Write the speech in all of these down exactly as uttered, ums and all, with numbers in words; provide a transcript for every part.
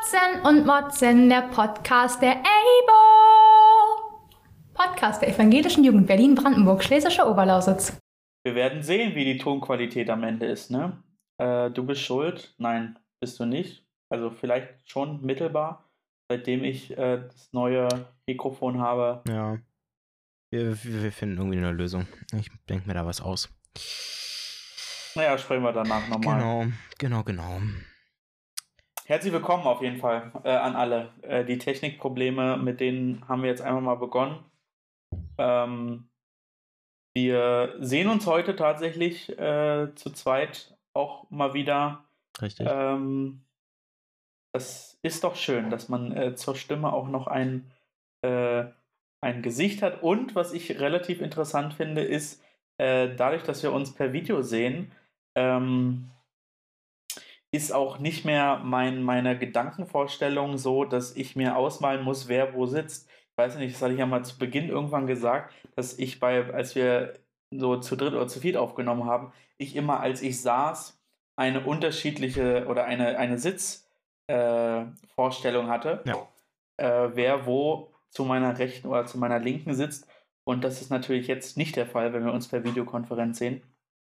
Katzen und Motzen, der Podcast der E I B O. Podcast der Evangelischen Jugend Berlin-Brandenburg, Schlesische Oberlausitz. Wir werden sehen, wie die Tonqualität am Ende ist, ne? Äh, du bist schuld. Nein, bist du nicht. Also vielleicht schon mittelbar, seitdem ich äh, das neue Mikrofon habe. Ja, wir, wir wir finden irgendwie eine Lösung. Ich denke mir da was aus. Naja, sprechen wir danach nochmal. Genau, genau, genau. Herzlich willkommen auf jeden Fall äh, an alle. Äh, die Technikprobleme, mit denen haben wir jetzt einfach mal begonnen. Ähm, wir sehen uns heute tatsächlich äh, zu zweit auch mal wieder. Richtig. Ähm, das ist doch schön, dass man äh, zur Stimme auch noch ein, äh, ein Gesicht hat. Und was ich relativ interessant finde, ist, äh, dadurch, dass wir uns per Video sehen, ähm, ist auch nicht mehr mein, meine Gedankenvorstellung so, dass ich mir ausmalen muss, wer wo sitzt. Ich weiß nicht, das hatte ich ja mal zu Beginn irgendwann gesagt, dass ich bei, als wir so zu dritt oder zu viert aufgenommen haben, ich immer, als ich saß, eine unterschiedliche oder eine, eine Sitzvorstellung äh, hatte, Ja. äh, wer wo zu meiner rechten oder zu meiner linken sitzt. Und das ist natürlich jetzt nicht der Fall, wenn wir uns per Videokonferenz sehen.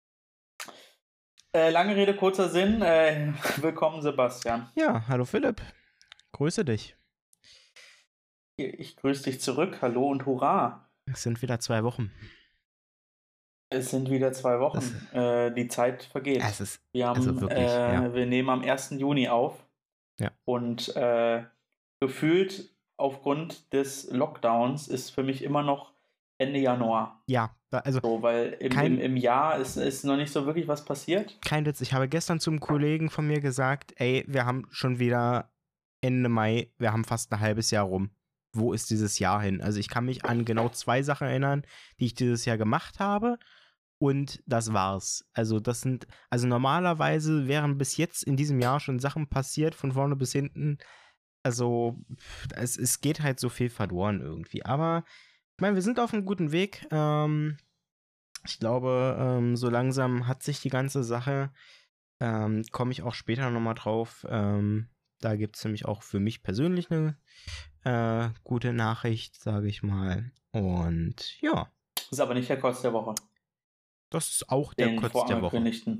Äh, lange Rede, kurzer Sinn. Äh, willkommen, Sebastian. Ja, hallo Philipp. Grüße dich. Ich grüße dich zurück. Hallo und hurra. Es sind wieder zwei Wochen. Es sind wieder zwei Wochen. Das, äh, die Zeit vergeht. Es ist wir, haben, also wirklich, äh, ja. wir nehmen am ersten Juni auf. Ja. Und äh, gefühlt aufgrund des Lockdowns ist für mich immer noch Ende Januar. Ja, also so, weil im, kein, im, im Jahr ist, ist noch nicht so wirklich was passiert. Kein Witz, ich habe gestern zum Kollegen von mir gesagt, ey, wir haben schon wieder Ende Mai, wir haben fast ein halbes Jahr rum. Wo ist dieses Jahr hin? Also ich kann mich an genau zwei Sachen erinnern, die ich dieses Jahr gemacht habe und das war's. Also das sind, also normalerweise wären bis jetzt in diesem Jahr schon Sachen passiert, von vorne bis hinten. Also es, es geht halt so viel verloren irgendwie, aber ich meine, wir sind auf einem guten Weg. Ähm, ich glaube, ähm, so langsam hat sich die ganze Sache, ähm, komme ich auch später nochmal drauf. Ähm, da gibt es nämlich auch für mich persönlich eine äh, gute Nachricht, sage ich mal. Und ja. Das ist aber nicht der Kotz der Woche. Das ist auch der Den Kotz der Woche.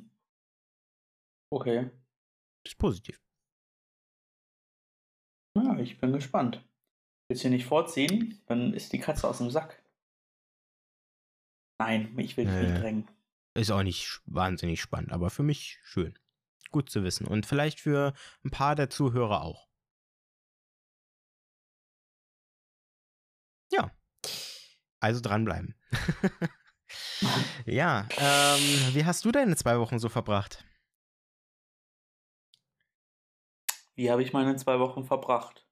Okay. Das ist positiv. Ja, ich bin gespannt. Willst du nicht vorziehen, dann ist die Katze aus dem Sack. Nein, ich will dich äh, nicht drängen. Ist auch nicht wahnsinnig spannend, aber für mich schön. Gut zu wissen. Und vielleicht für ein paar der Zuhörer auch. Ja. Also dranbleiben. Ja, ähm, wie hast du deine zwei Wochen so verbracht? Wie habe ich meine zwei Wochen verbracht?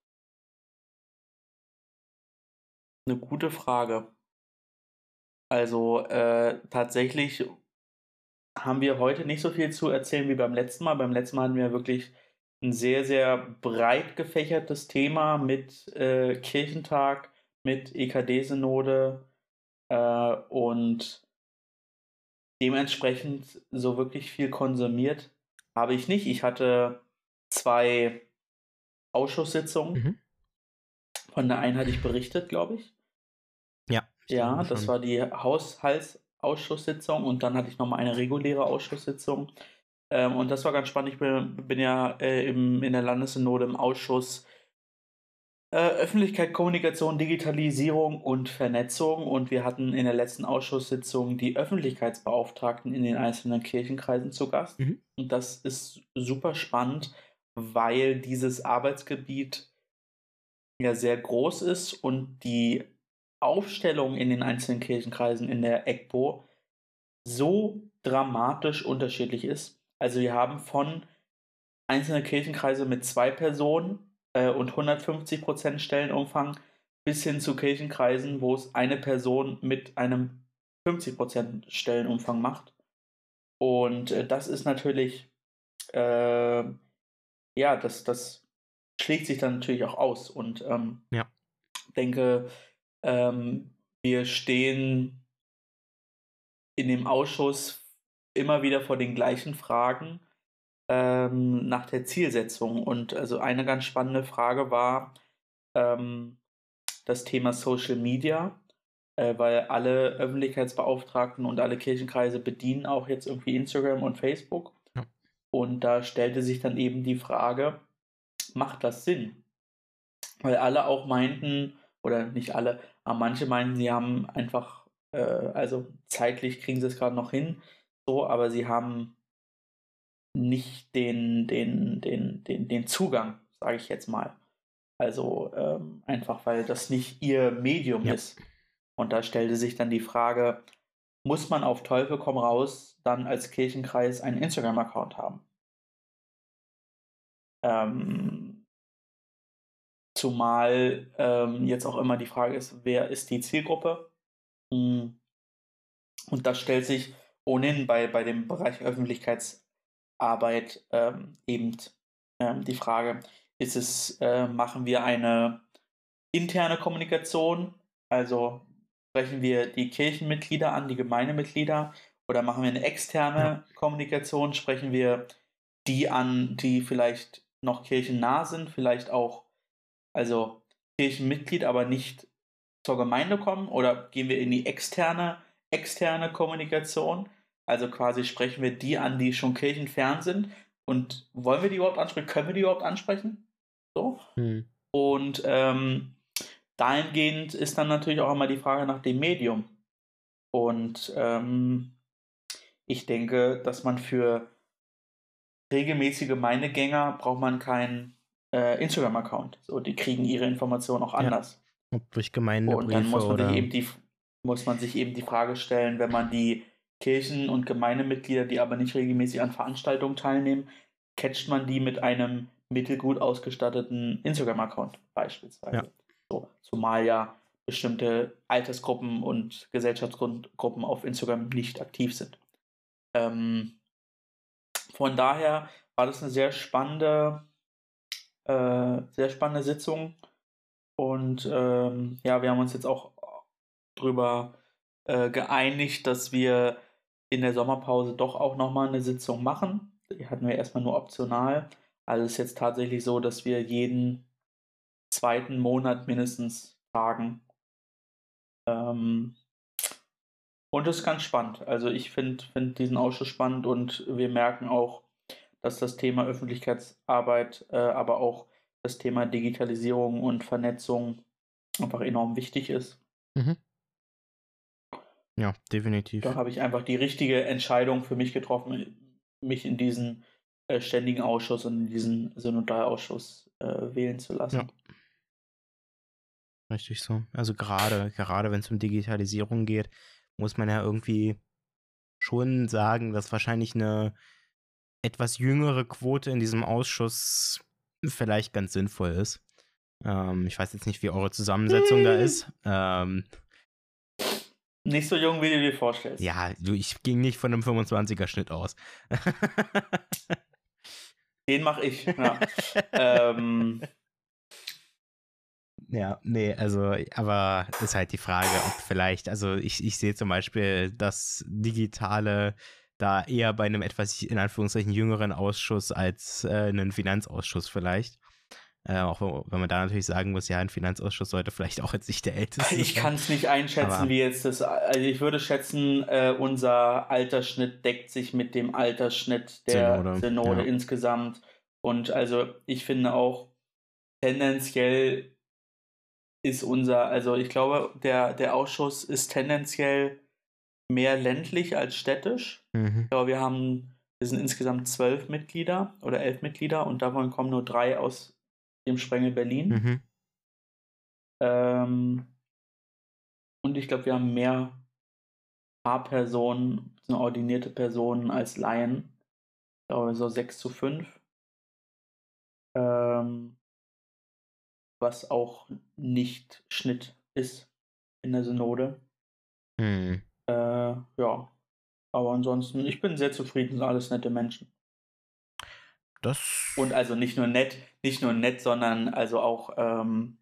Eine gute Frage. Also äh, tatsächlich haben wir heute nicht so viel zu erzählen wie beim letzten Mal. Beim letzten Mal hatten wir wirklich ein sehr, sehr breit gefächertes Thema mit äh, Kirchentag, mit E K D-Synode äh, und dementsprechend so wirklich viel konsumiert habe ich nicht. Ich hatte zwei Ausschusssitzungen. Mhm. Von der einen hatte ich berichtet, glaube ich. Ja. Ich Ja, das war die Haushaltsausschusssitzung und dann hatte ich nochmal eine reguläre Ausschusssitzung. Ähm, und das war ganz spannend. Ich bin, bin ja äh, im, in der Landessynode im Ausschuss äh, Öffentlichkeit, Kommunikation, Digitalisierung und Vernetzung. Und wir hatten in der letzten Ausschusssitzung die Öffentlichkeitsbeauftragten in den einzelnen Kirchenkreisen zu Gast. Mhm. Und das ist super spannend, weil dieses Arbeitsgebiet ja sehr groß ist und die Aufstellung in den einzelnen Kirchenkreisen in der E G B O so dramatisch unterschiedlich ist. Also wir haben von einzelne Kirchenkreise mit zwei Personen äh, und hundertfünfzig Prozent Stellenumfang bis hin zu Kirchenkreisen, wo es eine Person mit einem fünfzig Prozent Stellenumfang macht. Und äh, das ist natürlich, äh, ja, das, das schlägt sich dann natürlich auch aus. Und ähm, ja. denke, ähm, wir stehen in dem Ausschuss immer wieder vor den gleichen Fragen. ähm, nach der Zielsetzung. Und also eine ganz spannende Frage war ähm, das Thema Social Media, äh, weil alle Öffentlichkeitsbeauftragten und alle Kirchenkreise bedienen auch jetzt irgendwie Instagram und Facebook. Ja. Und da stellte sich dann eben die Frage, macht das Sinn? Weil alle auch meinten, oder nicht alle, aber manche meinten, sie haben einfach, äh, also zeitlich kriegen sie es gerade noch hin, so, aber sie haben nicht den, den, den, den, den Zugang, sage ich jetzt mal. Also ähm, einfach, weil das nicht ihr Medium Ja. ist. Und da stellte sich dann die Frage, muss man auf Teufel komm raus dann als Kirchenkreis einen Instagram-Account haben? Ähm, zumal ähm, jetzt auch immer die Frage ist, wer ist die Zielgruppe? Mm. Und das stellt sich ohnehin bei, bei dem Bereich Öffentlichkeitsarbeit ähm, eben ähm, die Frage, ist es, äh, machen wir eine interne Kommunikation, also sprechen wir die Kirchenmitglieder an, die Gemeindemitglieder, oder machen wir eine externe Ja. Kommunikation, sprechen wir die an, die vielleicht noch kirchennah sind, vielleicht auch, also Kirchenmitglied, aber nicht zur Gemeinde kommen, oder gehen wir in die externe, externe Kommunikation, also quasi sprechen wir die an, die schon kirchenfern sind, und wollen wir die überhaupt ansprechen, können wir die überhaupt ansprechen? So. Hm. Und ähm, dahingehend ist dann natürlich auch immer die Frage nach dem Medium. Und ähm, ich denke, dass man für regelmäßige Gemeindegänger braucht man keinen äh, Instagram-Account. So, die kriegen ihre Informationen auch Ja. anders. Ob durch Und dann Gemeindebriefe muss man sich oder. eben die muss man sich eben die Frage stellen, wenn man die Kirchen- und Gemeindemitglieder, die aber nicht regelmäßig an Veranstaltungen teilnehmen, catcht man die mit einem mittelgut ausgestatteten Instagram-Account beispielsweise. Ja. So, zumal ja bestimmte Altersgruppen und Gesellschaftsgruppen auf Instagram nicht aktiv sind. Ähm, von daher war das eine sehr spannende, äh, sehr spannende Sitzung. Und ähm, ja, wir haben uns jetzt auch drüber äh, geeinigt, dass wir in der Sommerpause doch auch nochmal eine Sitzung machen. Die hatten wir erstmal nur optional. Also es ist jetzt tatsächlich so, dass wir jeden zweiten Monat mindestens tagen. Ähm, und das ist ganz spannend. Also ich finde find diesen Ausschuss spannend, und wir merken auch, dass das Thema Öffentlichkeitsarbeit, äh, aber auch das Thema Digitalisierung und Vernetzung einfach enorm wichtig ist. Mhm. Ja, definitiv. Da habe ich einfach die richtige Entscheidung für mich getroffen, mich in diesen äh, ständigen Ausschuss und in diesen Synodalausschuss äh, wählen zu lassen. Ja. Richtig so. Also gerade, gerade wenn es um Digitalisierung geht, muss man ja irgendwie schon sagen, dass wahrscheinlich eine etwas jüngere Quote in diesem Ausschuss vielleicht ganz sinnvoll ist. Ähm, ich weiß jetzt nicht, wie eure Zusammensetzung da ist. Ähm, Nicht so jung, wie du dir vorstellst. ja, du, ich ging nicht von einem fünfundzwanziger-Schnitt aus. Den mache ich. Ja. ähm, Ja, nee, also, aber ist halt die Frage, ob vielleicht, also ich, ich sehe zum Beispiel das Digitale da eher bei einem etwas, in Anführungszeichen, jüngeren Ausschuss als äh, einen Finanzausschuss vielleicht. Äh, auch wenn man da natürlich sagen muss, ja, ein Finanzausschuss sollte vielleicht auch jetzt nicht der älteste ich sein. kann es nicht einschätzen, Aber- wie jetzt das. Also ich würde schätzen, äh, unser Altersschnitt deckt sich mit dem Altersschnitt der Synode, Synode ja. insgesamt. Und also ich finde auch tendenziell ist unser, also ich glaube, der, der Ausschuss ist tendenziell mehr ländlich als städtisch. Mhm. Ich glaube, wir haben, wir sind insgesamt zwölf Mitglieder oder elf Mitglieder, und davon kommen nur drei aus dem Sprengel Berlin. Mhm. Ähm, und ich glaube, wir haben mehr Paarpersonen, ordinierte Personen als Laien. Ich glaube, so sechs zu fünf. Ähm, was auch nicht Schnitt ist in der Synode. Mhm. Äh, ja. Aber ansonsten, ich bin sehr zufrieden, sind alles nette Menschen. Das. Und also nicht nur nett, nicht nur nett, sondern also auch ähm,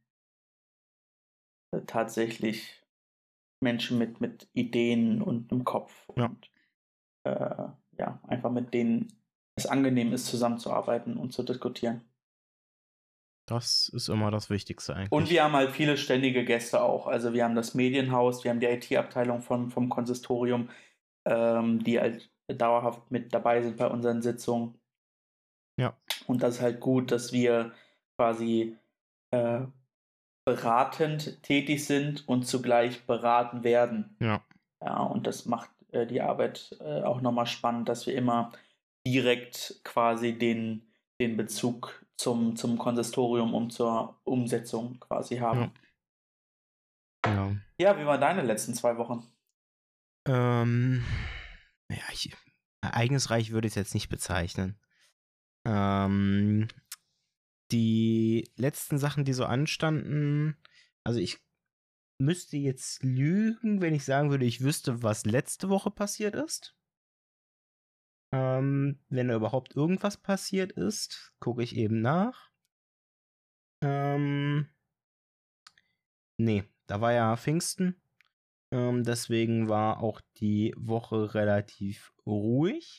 tatsächlich Menschen mit, mit Ideen und einem Kopf. Ja. Und äh, ja, einfach mit denen es angenehm ist, zusammenzuarbeiten und zu diskutieren. Das ist immer das Wichtigste eigentlich. Und wir haben halt viele ständige Gäste auch. Also wir haben das Medienhaus, wir haben die I T-Abteilung vom, vom Konsistorium, ähm, die halt dauerhaft mit dabei sind bei unseren Sitzungen. Ja. Und das ist halt gut, dass wir quasi äh, beratend tätig sind und zugleich beraten werden. Ja. Ja, und das macht äh, die Arbeit äh, auch nochmal spannend, dass wir immer direkt quasi den, den Bezug zum, zum Konsistorium und zur Umsetzung quasi haben. Ja. Ja, ja wie waren deine letzten zwei Wochen? Ähm, ja, ich, ereignisreich würde ich es jetzt nicht bezeichnen. Ähm, die letzten Sachen, die so anstanden, also ich müsste jetzt lügen, wenn ich sagen würde, ich wüsste, was letzte Woche passiert ist. Ähm, wenn da überhaupt irgendwas passiert ist, gucke ich eben nach. Ähm, nee, da war ja Pfingsten. Ähm, deswegen war auch die Woche relativ ruhig.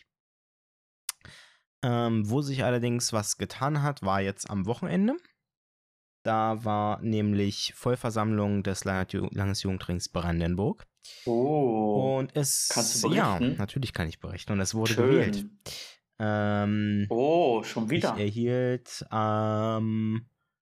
Ähm, wo sich allerdings was getan hat, war jetzt am Wochenende. Da war nämlich Vollversammlung des Landesjugendrings Brandenburg. Oh. Und es, kannst du berichten? Ja, natürlich kann ich berichten. Und es wurde Schön. gewählt. Ähm, oh, schon wieder. Ich erhielt am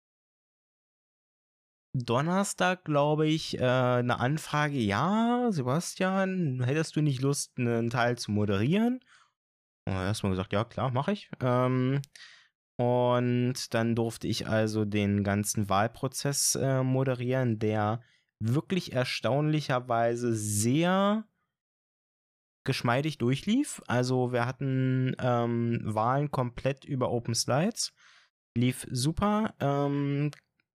Donnerstag, glaube ich, äh, eine Anfrage. Ja, Sebastian, hättest du nicht Lust, einen Teil zu moderieren? Und erstmal gesagt, ja, klar, mache ich. Ähm, und dann durfte ich also den ganzen Wahlprozess äh, moderieren, der wirklich erstaunlicherweise sehr geschmeidig durchlief. Also wir hatten ähm, Wahlen komplett über Open Slides. Lief super. Ähm,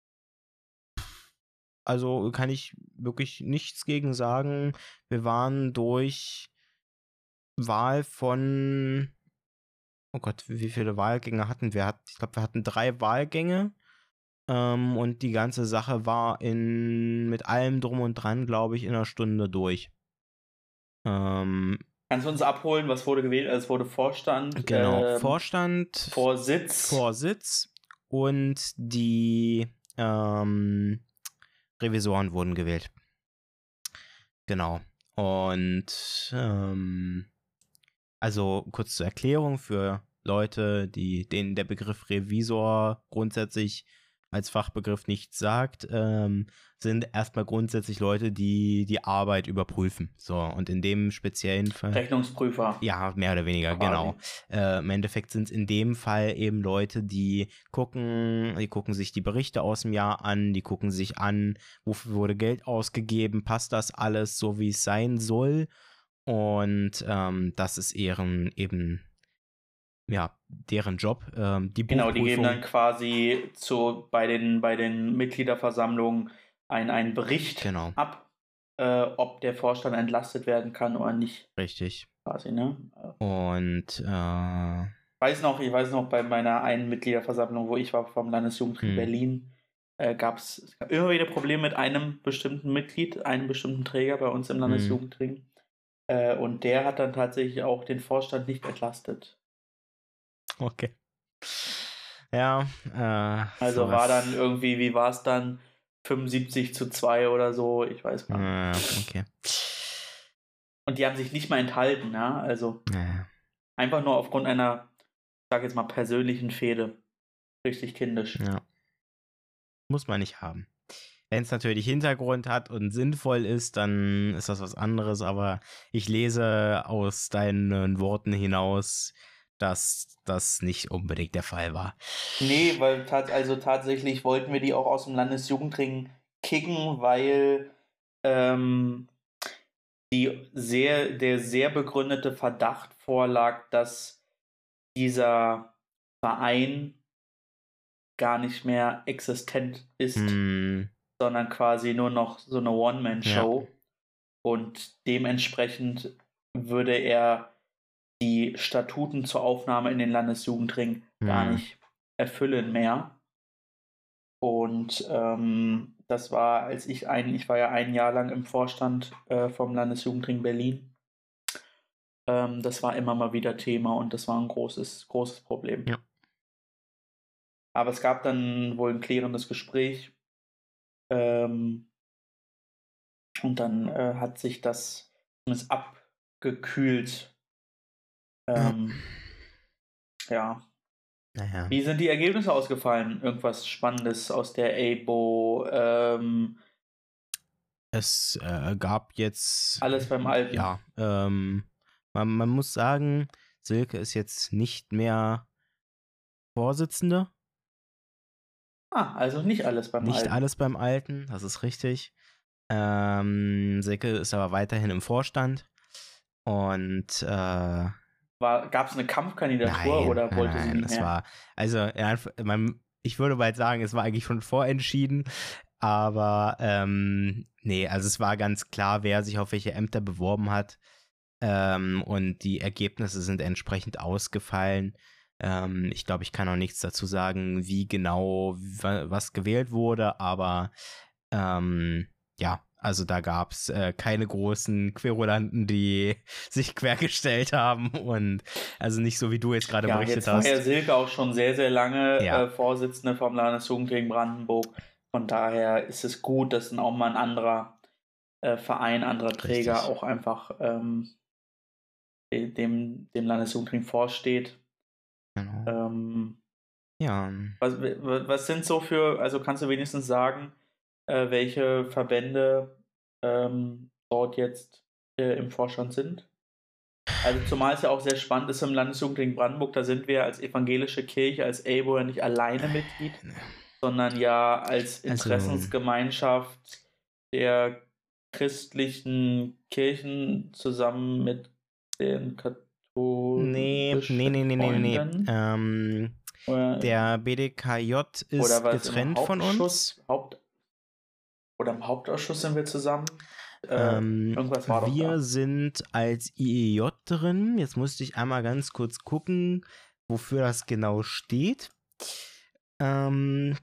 also kann ich wirklich nichts gegen sagen. Wir waren durch Wahl von, oh Gott, wie viele Wahlgänge hatten wir? Ich glaube, wir hatten drei Wahlgänge. Ähm, und die ganze Sache war in mit allem drum und dran, glaube ich, in einer Stunde durch. Ähm, Kannst du uns abholen, was wurde gewählt? Also es wurde Vorstand, genau, ähm, Vorstand, Vorsitz. Vorsitz und die ähm, Revisoren wurden gewählt. Genau. Und ähm, also kurz zur Erklärung für Leute, die denen der Begriff Revisor grundsätzlich als Fachbegriff nichts sagt, ähm, sind erstmal grundsätzlich Leute, die die Arbeit überprüfen. So, und in dem speziellen Fall. Rechnungsprüfer. Ja, mehr oder weniger, Quasi. genau. Äh, im Endeffekt sind es in dem Fall eben Leute, die gucken, die gucken sich die Berichte aus dem Jahr an, die gucken sich an, wofür wurde Geld ausgegeben, passt das alles so, wie es sein soll. Und ähm, das ist ihren, eben, ja, deren Job. Ähm, die Genau, die geben Buchprüfung- dann quasi zu, bei, den, bei den Mitgliederversammlungen einen, einen Bericht Genau. ab, äh, ob der Vorstand entlastet werden kann oder nicht. Richtig. Quasi, ne? Und äh, Ich weiß noch, ich weiß noch, bei meiner einen Mitgliederversammlung, wo ich war vom Landesjugendring Hm. Berlin, äh, gab es immer wieder Probleme mit einem bestimmten Mitglied, einem bestimmten Träger bei uns im Landesjugendring. Äh, und der hat dann tatsächlich auch den Vorstand nicht entlastet. okay. Ja, äh, Also sowas. war dann irgendwie, wie war es dann? fünfundsiebzig zu zwei oder so, ich weiß gar nicht. Äh, okay. Und die haben sich nicht mal enthalten, ja, also Äh, einfach nur aufgrund einer, ich sag jetzt mal, persönlichen Fehde. Richtig kindisch. ja. Muss man nicht haben. Wenn es natürlich Hintergrund hat und sinnvoll ist, dann ist das was anderes, aber ich lese aus deinen Worten hinaus, dass das nicht unbedingt der Fall war. Nee, weil tat, also tatsächlich wollten wir die auch aus dem Landesjugendring kicken, weil ähm, die sehr, der sehr begründete Verdacht vorlag, dass dieser Verein gar nicht mehr existent ist, Hm, sondern quasi nur noch so eine One-Man-Show. Ja. Und dementsprechend würde er die Statuten zur Aufnahme in den Landesjugendring gar Hm. nicht erfüllen mehr. Und ähm, das war, als ich ein, ich war ja ein Jahr lang im Vorstand äh, vom Landesjugendring Berlin. Ähm, das war immer mal wieder Thema und das war ein großes, großes Problem. Ja. Aber es gab dann wohl ein klärendes Gespräch. Ähm, und dann äh, hat sich das zumindest abgekühlt. Ähm, ja. Naja. Wie sind die Ergebnisse ausgefallen? Irgendwas Spannendes aus der A B O? Ähm, Es äh, gab jetzt. alles beim Alten. Ja, ähm, man, man muss sagen, Silke ist jetzt nicht mehr Vorsitzende. Ah, also nicht alles beim Nicht Alten. alles beim Alten, das ist richtig. Ähm, Silke ist aber weiterhin im Vorstand. Und äh, Gab es eine Kampfkandidatur nein, oder wollte nein, sie nein, nicht es mehr? war, also ja, man, ich würde bald sagen, es war eigentlich schon vorentschieden, aber ähm, nee, also es war ganz klar, wer sich auf welche Ämter beworben hat, ähm, und die Ergebnisse sind entsprechend ausgefallen. Ähm, ich glaube, ich kann auch nichts dazu sagen, wie genau wa- was gewählt wurde, aber ähm, ja, also da gab es äh, keine großen Querulanten, die sich quergestellt haben und also nicht so, wie du jetzt gerade Ja, berichtet jetzt war ja hast. Silke auch schon sehr, sehr lange Ja. äh, Vorsitzende vom Landesjugendring Brandenburg. Von daher ist es gut, dass dann auch mal ein anderer äh, Verein, anderer Träger Richtig. auch einfach ähm, dem, dem Landesjugendring vorsteht. Genau. Ähm, Ja. was, was sind so für, also kannst du wenigstens sagen, äh, welche Verbände ähm, dort jetzt äh, im Vorstand sind? Also zumal es ja auch sehr spannend ist im Landesjugendring Brandenburg, da sind wir als evangelische Kirche, als A B O ja nicht alleine Mitglied, sondern ja als Also, Interessensgemeinschaft der christlichen Kirchen zusammen mit den katholischen nee, nee, nee, nee, nee, nee. Freunden. Ähm, Oder, der B D K J oder ist war es im getrennt von uns. Hauptschuss, Haupt, oder im Hauptausschuss sind wir zusammen? Äh, Ähm, irgendwas war doch wir da. sind als I E J drin. Jetzt musste ich einmal ganz kurz gucken, wofür das genau steht. Ähm,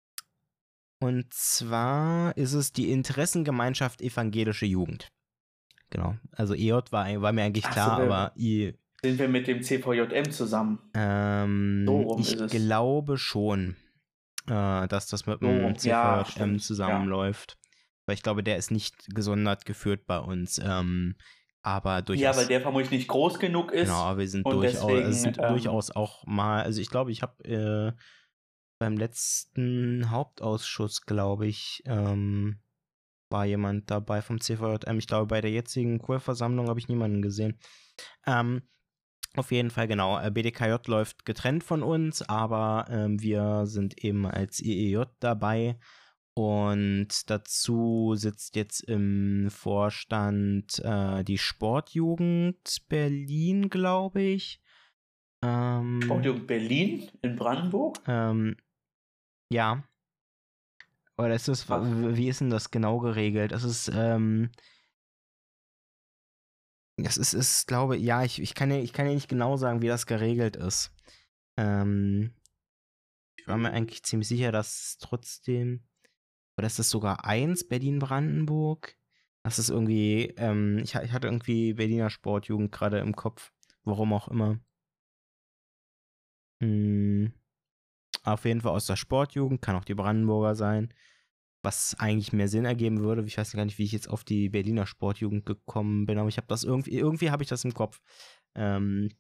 und zwar ist es die Interessengemeinschaft Evangelische Jugend. Genau. Also E J war, war mir eigentlich Ach, klar, sind wir, aber I, sind wir mit dem C V J M zusammen? ähm, So rum ich ist es. glaube schon, äh, dass das mit So dem rum. C V Ja, J M stimmt. zusammenläuft. Weil ich glaube, der ist nicht gesondert geführt bei uns. Ähm, aber durchaus. Ja, weil der vermutlich nicht groß genug ist. Genau, aber wir sind, und durchaus, deswegen, also sind ähm, durchaus auch mal, also ich glaube, ich habe äh, beim letzten Hauptausschuss, glaube ich, ähm, war jemand dabei vom C V J M. Ich glaube, bei der jetzigen Kurversammlung habe ich niemanden gesehen. Ähm, auf jeden Fall, genau. B D K J läuft getrennt von uns, aber ähm, wir sind eben als I E J dabei. Und dazu sitzt jetzt im Vorstand äh, die Sportjugend Berlin, glaube ich. Ähm, Sportjugend Berlin in Brandenburg? Ähm, ja. Oder ist das, Ach. wie ist denn das genau geregelt? Es ist, ähm, es ist, ist glaube, ja, ich, ich kann ja, ich kann ja nicht genau sagen, wie das geregelt ist. Ähm, ich war mir eigentlich ziemlich sicher, dass trotzdem, oder ist das sogar eins, Berlin-Brandenburg? Das ist irgendwie, ähm, ich, ich hatte irgendwie Berliner Sportjugend gerade im Kopf. Warum auch immer. Hm, auf jeden Fall aus der Sportjugend, kann auch die Brandenburger sein. Was eigentlich mehr Sinn ergeben würde. Ich weiß gar nicht, wie ich jetzt auf die Berliner Sportjugend gekommen bin, aber ich habe das irgendwie, irgendwie habe ich das im Kopf. Ähm,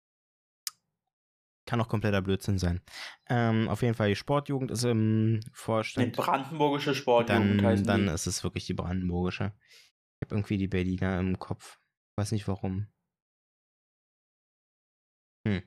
kann auch kompletter Blödsinn sein. Ähm, auf jeden Fall, die Sportjugend ist im Die Vorstand. brandenburgische Sportjugend Dann, heißen dann die. ist es wirklich die brandenburgische. Ich habe irgendwie die Berliner im Kopf. Weiß nicht warum. Hm.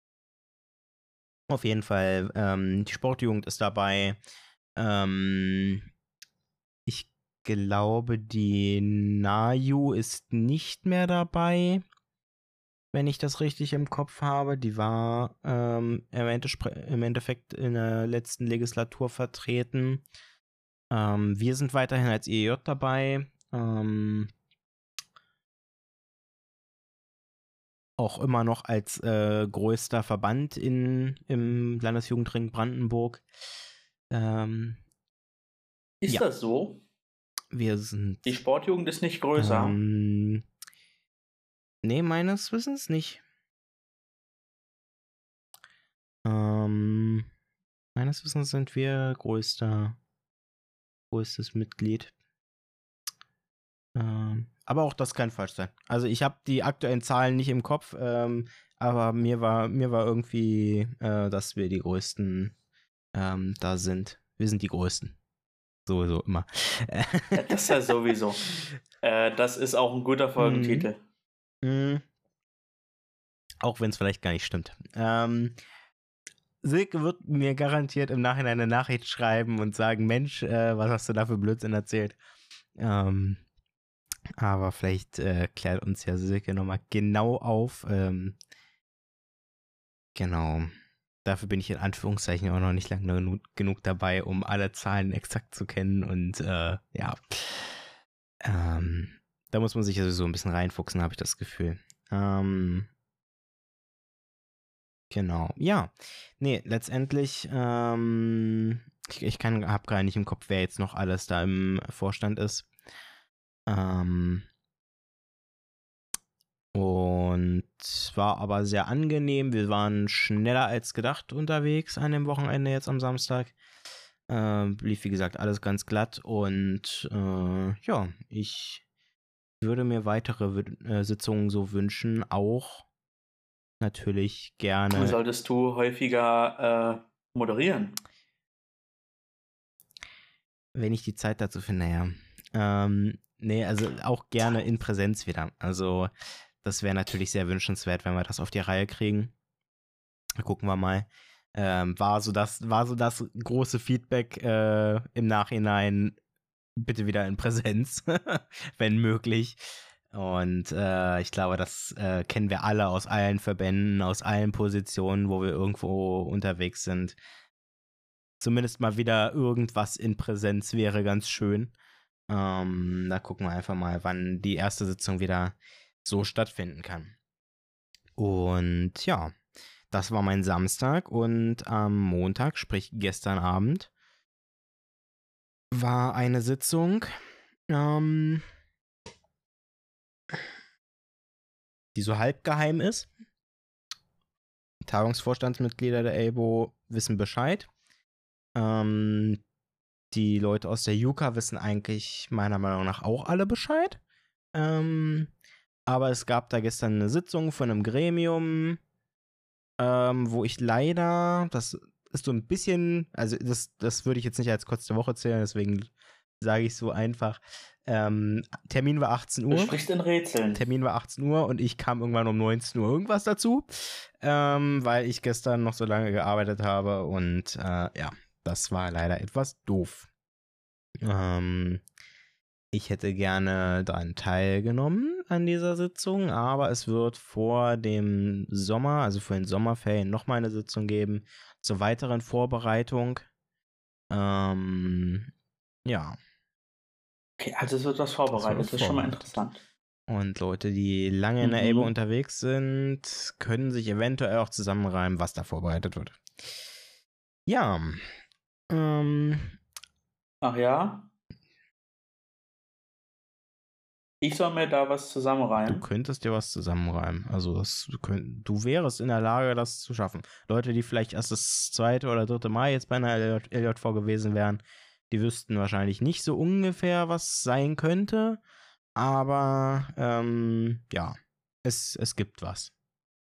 Auf jeden Fall, ähm, die Sportjugend ist dabei. Ähm, ich glaube, die Naju ist nicht mehr dabei, wenn ich das richtig im Kopf habe. Die war ähm, im, Endespre- im Endeffekt in der letzten Legislatur vertreten. Ähm, wir sind weiterhin als I E J dabei. Ähm, auch immer noch als äh, größter Verband in, im Landesjugendring Brandenburg. Ähm, Ist ja. das so? Wir sind. Die Sportjugend ist nicht größer. Ähm, Nee, meines Wissens nicht. Ähm, meines Wissens sind wir größter, größtes Mitglied. Ähm, aber auch das kann falsch sein. Also ich habe die aktuellen Zahlen nicht im Kopf, ähm, aber mir war, mir war irgendwie, äh, dass wir die Größten ähm, da sind. Wir sind die Größten. Sowieso immer. Ja, das ist ja sowieso. Äh, das ist auch ein guter Folgentitel. Mm. Auch wenn es vielleicht gar nicht stimmt. Ähm, Silke wird mir garantiert im Nachhinein eine Nachricht schreiben und sagen, Mensch, äh, was hast du da für Blödsinn erzählt? Ähm, aber vielleicht äh, klärt uns ja Silke nochmal genau auf. Ähm, genau. Dafür bin ich in Anführungszeichen auch noch nicht lange genug, genug dabei, um alle Zahlen exakt zu kennen. Und äh, ja, ähm, da muss man sich ja sowieso ein bisschen reinfuchsen, habe ich das Gefühl. Ähm, genau. Ja, nee, letztendlich, ähm, ich, ich kann, habe gar nicht im Kopf, wer jetzt noch alles da im Vorstand ist. Ähm, und war aber sehr angenehm. Wir waren schneller als gedacht unterwegs an dem Wochenende jetzt am Samstag. Äh, lief wie gesagt alles ganz glatt und äh, ja, ich würde mir weitere w- äh, Sitzungen so wünschen. Auch natürlich gerne. Solltest du häufiger äh, moderieren? Wenn ich die Zeit dazu finde, ja. Ähm, nee, also auch gerne in Präsenz wieder. Also das wäre natürlich sehr wünschenswert, wenn wir das auf die Reihe kriegen. Gucken wir mal. Ähm, war so das, war so das große Feedback äh, im Nachhinein, bitte wieder in Präsenz, wenn möglich. Und äh, ich glaube, das äh, kennen wir alle aus allen Verbänden, aus allen Positionen, wo wir irgendwo unterwegs sind. Zumindest mal wieder irgendwas in Präsenz wäre ganz schön. Ähm, da gucken wir einfach mal, wann die erste Sitzung wieder so stattfinden kann. Und ja, das war mein Samstag und am Montag, sprich gestern Abend, war eine Sitzung, ähm, die so halb geheim ist. Tagungsvorstandsmitglieder der Elbo wissen Bescheid. Ähm, die Leute aus der Juka wissen eigentlich meiner Meinung nach auch alle Bescheid. Ähm, aber es gab da gestern eine Sitzung von einem Gremium, ähm, wo ich leider, das ist so ein bisschen, also das, das würde ich jetzt nicht als kurz der Woche zählen, deswegen sage ich so einfach. Ähm, Termin war achtzehn Uhr. Du sprichst in Rätseln. Termin war achtzehn Uhr und ich kam irgendwann um neunzehn Uhr irgendwas dazu, ähm, weil ich gestern noch so lange gearbeitet habe und äh, ja, das war leider etwas doof. Ähm, ich hätte gerne daran teilgenommen an dieser Sitzung, aber es wird vor dem Sommer, also vor den Sommerferien, nochmal eine Sitzung geben zur weiteren Vorbereitung. Ähm, ja. Okay, also es wird was vorbereitet, das, das ist schon mal interessant. Und Leute, die lange in der Mhm. Elbe unterwegs sind, können sich eventuell auch zusammenreimen, was da vorbereitet wird. Ja. Ähm, Ach ja? Ich soll mir da was du zusammenreimen? könntest dir was zusammenreimen. Also das, du, könnt, du wärst in der Lage, das zu schaffen. Leute, die vielleicht erst das zweite oder dritte Mal jetzt bei einer L J V gewesen wären, die wüssten wahrscheinlich nicht so ungefähr, was sein könnte. Aber ähm, ja, es, es gibt was.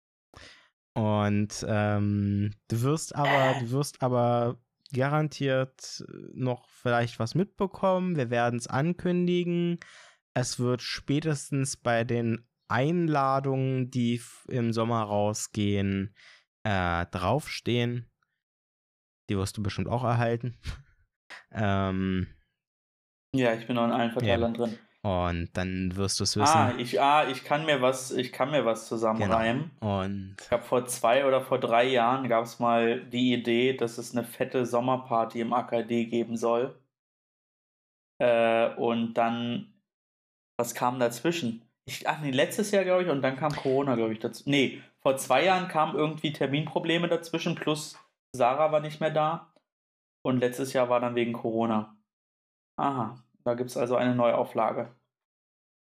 Und ähm, du wirst aber, du wirst aber garantiert noch vielleicht was mitbekommen. Wir werden es ankündigen. Es wird spätestens bei den Einladungen, die f- im Sommer rausgehen, äh, draufstehen. Die wirst du bestimmt auch erhalten. ähm, Ja, ich bin noch in allen Verteilern ja. drin. Und dann wirst du es wissen. Ah, ich, ah, ich kann mir was, ich kann mir was zusammenreimen. Genau. Und Ich habe vor zwei oder vor drei Jahren gab es mal die Idee, dass es eine fette Sommerparty im A K D geben soll. Äh, und dann, was kam dazwischen? Ich, ach nee, letztes Jahr, glaube ich, und dann kam Corona, glaube ich, dazu. Nee, vor zwei Jahren kamen irgendwie Terminprobleme dazwischen, plus Sarah war nicht mehr da. Und letztes Jahr war dann wegen Corona. Aha, da gibt es also eine Neuauflage.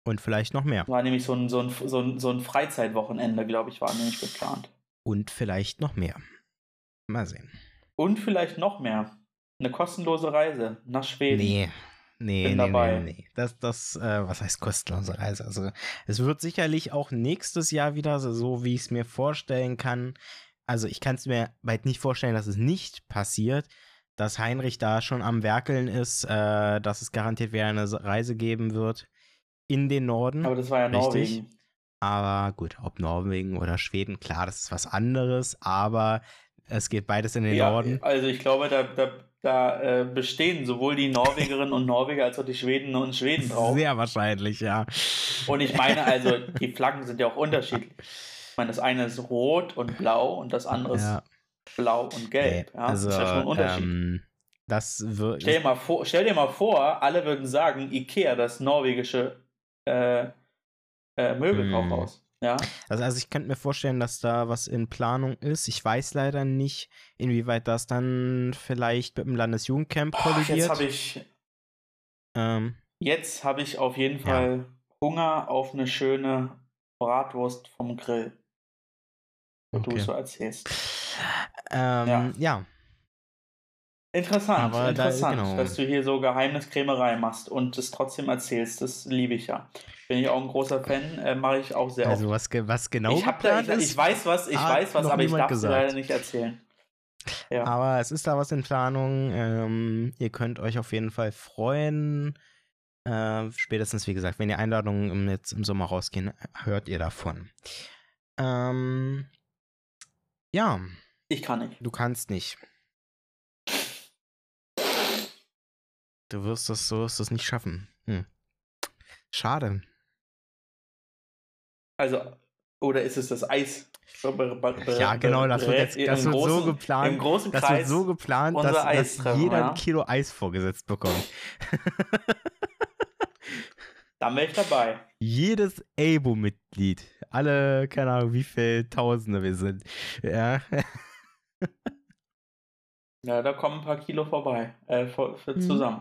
Und vielleicht noch mehr. War nämlich so ein, so ein, so ein, so ein Freizeitwochenende, glaube ich, war nämlich geplant. Und vielleicht noch mehr. Mal sehen. Und vielleicht noch mehr. Eine kostenlose Reise nach Schweden. Nee. Nee, Bin nee, dabei. nee, nee. Das, das, äh, was heißt kostenlose Reise? Also, es wird sicherlich auch nächstes Jahr wieder so, so wie ich es mir vorstellen kann. Also, ich kann es mir weit nicht vorstellen, dass es nicht passiert, dass Heinrich da schon am Werkeln ist, äh, dass es garantiert wieder eine Reise geben wird in den Norden. Aber das war ja Richtig. Norwegen. Aber gut, ob Norwegen oder Schweden, klar, das ist was anderes, aber es geht beides in den Ja, Norden. also ich glaube, da, da, da äh, bestehen sowohl die Norwegerinnen und Norweger als auch die Schweden und Schweden drauf. Sehr wahrscheinlich, ja. Und ich meine, also die Flaggen sind ja auch unterschiedlich. Ich meine, das eine ist rot und blau und das andere Ja. ist blau und gelb. Nee, Ja, also, das ist ja schon ein Unterschied. Ähm, das wird. Stell dir, mal vor, stell dir mal vor, alle würden sagen, Ikea, das norwegische äh, äh, Möbelkaufhaus. Ja? Also, also ich könnte mir vorstellen, dass da was in Planung ist. Ich weiß leider nicht, inwieweit das dann vielleicht mit dem Landesjugendcamp Boah, kollidiert. jetzt habe ich, ähm, jetzt hab ich auf jeden Ja. Fall Hunger auf eine schöne Bratwurst vom Grill. Wenn du Okay. es so erzählst. ähm, Ja. ja. Interessant, Aber da- interessant, genau. dass du hier so Geheimniskrämerei machst und es trotzdem erzählst. Das liebe ich ja. Bin ich auch ein großer Fan, äh, mache ich auch sehr Also oft. was, ge- was genau Ich, hab da, geplant ich, ist, ich weiß was, ich hat weiß was, noch aber ich niemand darf es gesagt. leider nicht erzählen. Ja. aber es ist da was in Planung. Ähm, ihr könnt euch auf jeden Fall freuen. Äh, spätestens, wie gesagt, wenn die Einladungen im, jetzt im Sommer rausgehen, hört ihr davon. Ähm, ja, Ich kann nicht. du kannst nicht. Du wirst das, du wirst das nicht schaffen. Hm. Schade. Also, oder ist es das Eis? Ja, genau, das wird jetzt das Im wird so großen- geplant. Im großen Das Kreis wird so geplant, unser dass, Eis dass treffen, jeder ja? ein Kilo Eis vorgesetzt bekommt. Dann wäre ich dabei. Jedes A B O-Mitglied, alle, keine Ahnung, wie viele Tausende wir sind. Ja. Ja, da kommen ein paar Kilo vorbei. Äh, für, für Mhm. zusammen.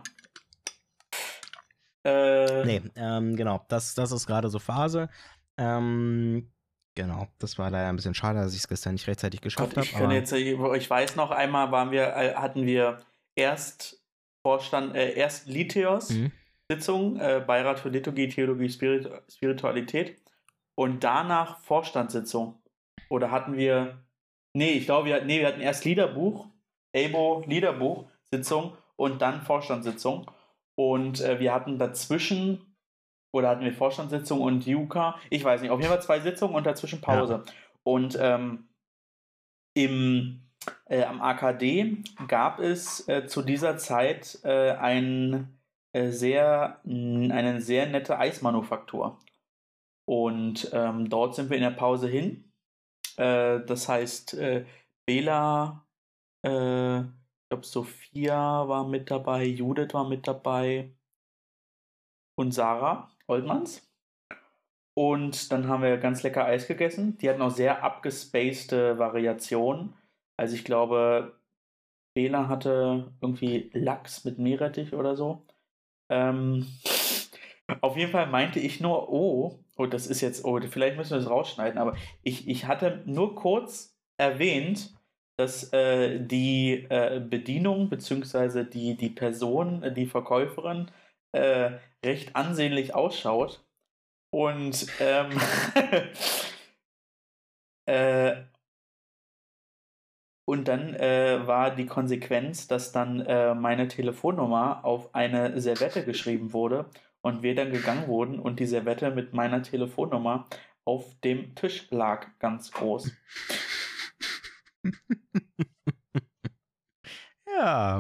Äh, Nee, ähm, genau, das, das ist gerade so Phase. Ähm, genau, das war leider ein bisschen schade, dass ich es gestern nicht rechtzeitig geschafft Gott, ich, habe. kann jetzt, ich weiß noch, einmal waren wir, äh, hatten wir erst Vorstand, äh, erst Liteos Mhm. Sitzung, äh, Beirat für Liturgie, Theologie, Spirit, Spiritualität und danach Vorstandssitzung. Oder hatten wir, nee, ich glaube, wir hatten, nee, wir hatten erst Liederbuch, A B O Liederbuch Sitzung und dann Vorstandssitzung. Und äh, wir hatten dazwischen, oder hatten wir Vorstandssitzung und Juka, ich weiß nicht, auf jeden Fall zwei Sitzungen und dazwischen Pause. Und ähm, im, äh, am A K D gab es äh, zu dieser Zeit äh, ein, äh, sehr, n- eine sehr nette Eismanufaktur. Und ähm, dort sind wir in der Pause hin. Äh, das heißt, äh, Bela, äh, ich glaube, Sophia war mit dabei, Judith war mit dabei und Sarah Oldmanns. Und dann haben wir ganz lecker Eis gegessen. Die hatten auch sehr abgespacede Variationen. Also ich glaube, Bela hatte irgendwie Lachs mit Meerrettich oder so. Ähm, auf jeden Fall meinte ich nur, oh, oh, das ist jetzt, oh, vielleicht müssen wir das rausschneiden, aber ich, ich hatte nur kurz erwähnt, dass äh, die äh, Bedienung bzw. die, die Person, äh, die Verkäuferin, äh, recht ansehnlich ausschaut. Und ähm, äh, und dann äh, war die Konsequenz, dass dann äh, meine Telefonnummer auf eine Servette geschrieben wurde und wir dann gegangen wurden und die Servette mit meiner Telefonnummer auf dem Tisch lag, ganz groß. Ja.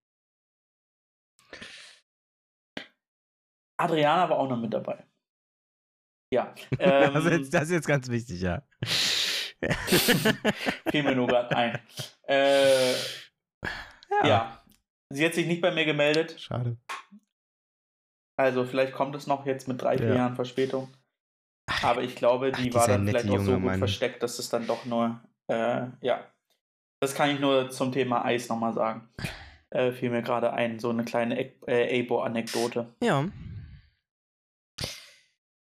Adriana war auch noch mit dabei. Ja. Das, ist Ähm, jetzt, das ist jetzt ganz wichtig, ja. fiel mir nur gerade ein. Äh, ja. ja. Sie hat sich nicht bei mir gemeldet. Schade. Also vielleicht kommt es noch jetzt mit drei, vier Ja. Jahren Verspätung. Aber ich glaube, die Ach, war dieser dann nette vielleicht auch so junge gut Mann. versteckt, dass es dann doch nur, äh, ja. Das kann ich nur zum Thema Eis nochmal sagen. Äh, fiel mir gerade ein, so eine kleine äh, A B O-Anekdote. Ja.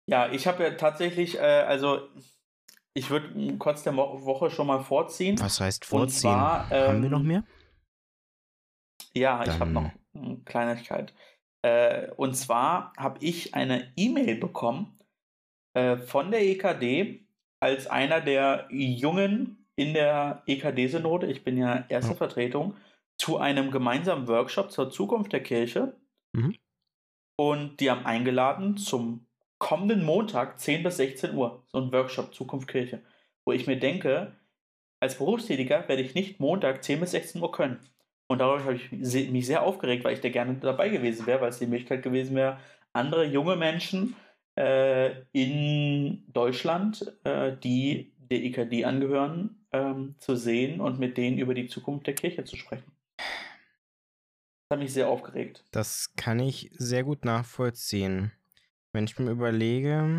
Ja, ich habe ja tatsächlich, äh, also ich würde kurz der Mo Woche schon mal vorziehen. Was heißt Und vorziehen? zwar, Haben wir noch ähm, mehr? ja, ich habe noch Dann, eine Kleinigkeit. Äh, und zwar habe ich eine E-Mail bekommen äh, von der E K D als einer der Jungen in der E K D-Synode, ich bin ja erste oh, Vertretung, zu einem gemeinsamen Workshop zur Zukunft der Kirche. mhm. Und die haben eingeladen zum kommenden Montag, zehn bis sechzehn Uhr, so ein Workshop Zukunft Kirche, wo ich mir denke, als Berufstätiger werde ich nicht Montag zehn bis sechzehn Uhr können. Und darüber habe ich se- mich sehr aufgeregt, weil ich da gerne dabei gewesen wäre, weil es die Möglichkeit gewesen wäre, andere junge Menschen äh, in Deutschland, äh, die der E K D angehören, ähm, zu sehen und mit denen über die Zukunft der Kirche zu sprechen. Das hat mich sehr aufgeregt. Das kann ich sehr gut nachvollziehen. Wenn ich mir überlege,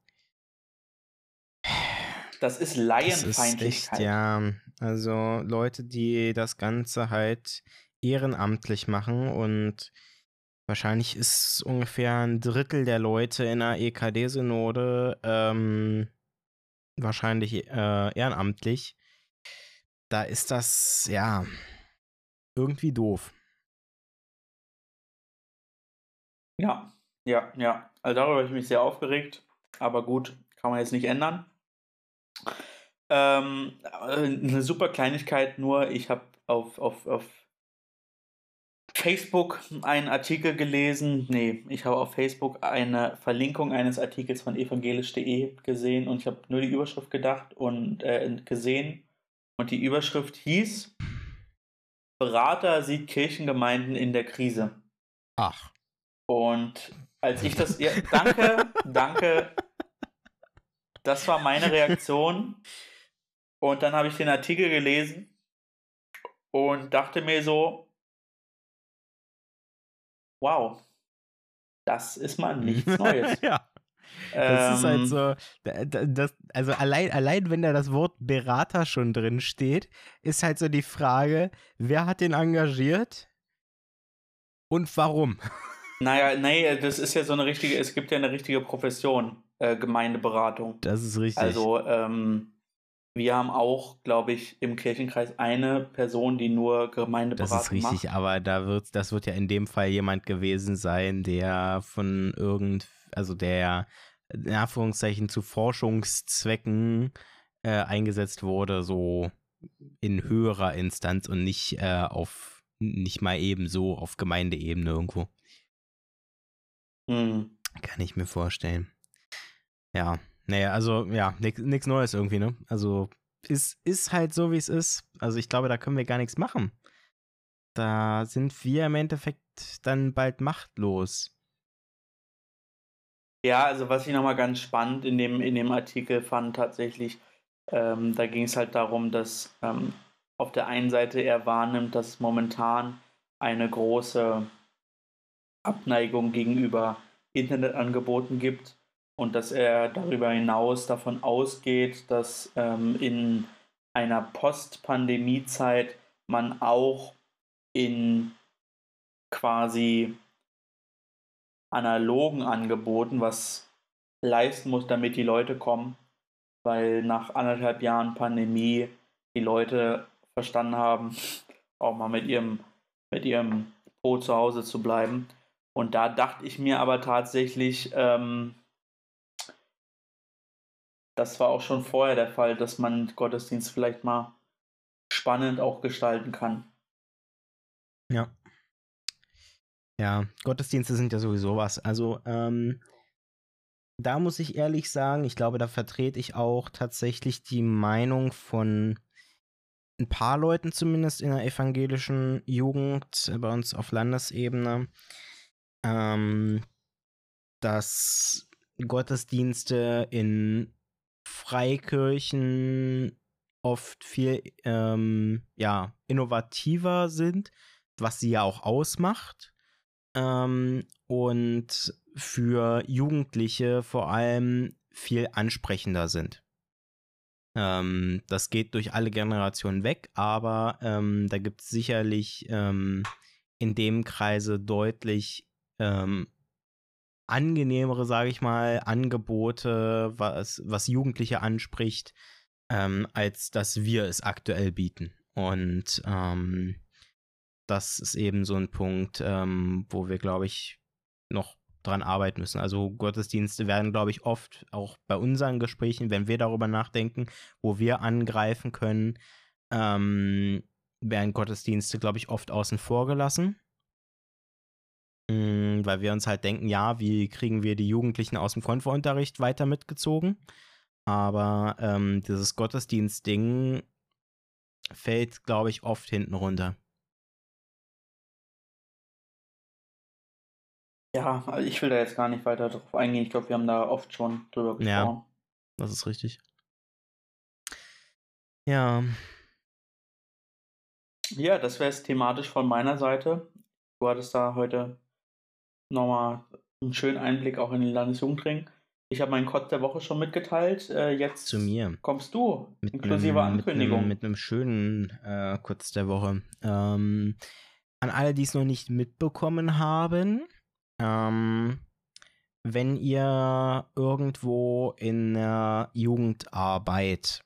Das ist das ist echt, Laienfeindlichkeit. ja, also Leute, die das Ganze halt ehrenamtlich machen und wahrscheinlich ist ungefähr ein Drittel der Leute in der E K D-Synode ähm, wahrscheinlich äh, ehrenamtlich. Da ist das, ja, irgendwie doof. Ja, ja, ja. Also darüber habe ich mich sehr aufgeregt. Aber gut, kann man jetzt nicht ändern. Ähm, äh, eine super Kleinigkeit, nur ich habe auf, auf, auf Facebook einen Artikel gelesen. Nee, ich habe auf Facebook eine Verlinkung eines Artikels von evangelisch punkt de gesehen und ich habe nur die Überschrift gedacht und äh, gesehen. Und die Überschrift hieß: Berater sieht Kirchengemeinden in der Krise. Ach. Und als ich das, ja, danke, danke, das war meine Reaktion. Und dann habe ich den Artikel gelesen und dachte mir so, wow, das ist mal nichts Neues. Ja. Das ist halt Ähm, so, da- da- das, also allein, allein wenn da das Wort Berater schon drin steht, ist halt so die Frage, wer hat den engagiert und warum? naja, nee, das ist ja so eine richtige, es gibt ja eine richtige Profession, äh, Gemeindeberatung. Das ist richtig. Also, ähm, wir haben auch, glaube ich, im Kirchenkreis eine Person, die nur Das Gemeindeberatung ist richtig, macht. aber da wird, das wird ja in dem Fall jemand gewesen sein, der von irgend, also der in Anführungszeichen zu Forschungszwecken äh, eingesetzt wurde, so in höherer Instanz und nicht äh, auf, nicht mal eben so auf Gemeindeebene irgendwo. Hm. Kann ich mir vorstellen. Ja, naja, also ja, nichts Neues irgendwie, ne? Also ist, ist halt so, wie es ist. Also ich glaube, da können wir gar nichts machen. Da sind wir im Endeffekt dann bald machtlos. Ja, also was ich nochmal ganz spannend in dem, in dem Artikel fand, tatsächlich, ähm, da ging es halt darum, dass ähm, auf der einen Seite er wahrnimmt, dass es momentan eine große Abneigung gegenüber Internetangeboten gibt und dass er darüber hinaus davon ausgeht, dass ähm, in einer Post-Pandemie-Zeit man auch in quasi analogen Angeboten was leisten muss, damit die Leute kommen, weil nach anderthalb Jahren Pandemie die Leute verstanden haben, auch mal mit ihrem, mit ihrem Po zu Hause zu bleiben. Und da dachte ich mir aber tatsächlich, ähm, das war auch schon vorher der Fall, dass man Gottesdienst vielleicht mal spannend auch gestalten kann. Ja. Ja, Gottesdienste sind ja sowieso was. Also, ähm, da muss ich ehrlich sagen, ich glaube, da vertrete ich auch tatsächlich die Meinung von ein paar Leuten zumindest in der evangelischen Jugend bei uns auf Landesebene, ähm, dass Gottesdienste in Freikirchen oft viel ähm, ja, innovativer sind, was sie ja auch ausmacht. Ähm, und für Jugendliche vor allem viel ansprechender sind. Ähm, das geht durch alle Generationen weg, aber ähm, da gibt es sicherlich ähm, in dem Kreise deutlich ähm, angenehmere, sage ich mal, Angebote, was, was Jugendliche anspricht, ähm, als dass wir es aktuell bieten. Und ähm, das ist eben so ein Punkt, ähm, wo wir, glaube ich, noch dran arbeiten müssen. Also Gottesdienste werden, glaube ich, oft auch bei unseren Gesprächen, wenn wir darüber nachdenken, wo wir angreifen können, ähm, werden Gottesdienste, glaube ich, oft außen vor gelassen. Mm, weil wir uns halt denken, ja, wie kriegen wir die Jugendlichen aus dem Konfounterricht weiter mitgezogen? Aber ähm, dieses Gottesdienst-Ding fällt, glaube ich, oft hinten runter. Ja, also ich will da jetzt gar nicht weiter drauf eingehen. Ich glaube, wir haben da oft schon drüber gesprochen. Ja, das ist richtig. Ja. Ja, das wäre es thematisch von meiner Seite. Du hattest da heute nochmal einen schönen Einblick auch in den Landesjugendring. Ich habe meinen Kotz der Woche schon mitgeteilt. Äh, jetzt Zu mir. kommst du, Mit inklusive einem, Ankündigung. Mit einem schönen äh, Kotz der Woche. Ähm, an alle, die es noch nicht mitbekommen haben, ähm, wenn ihr irgendwo in der Jugendarbeit,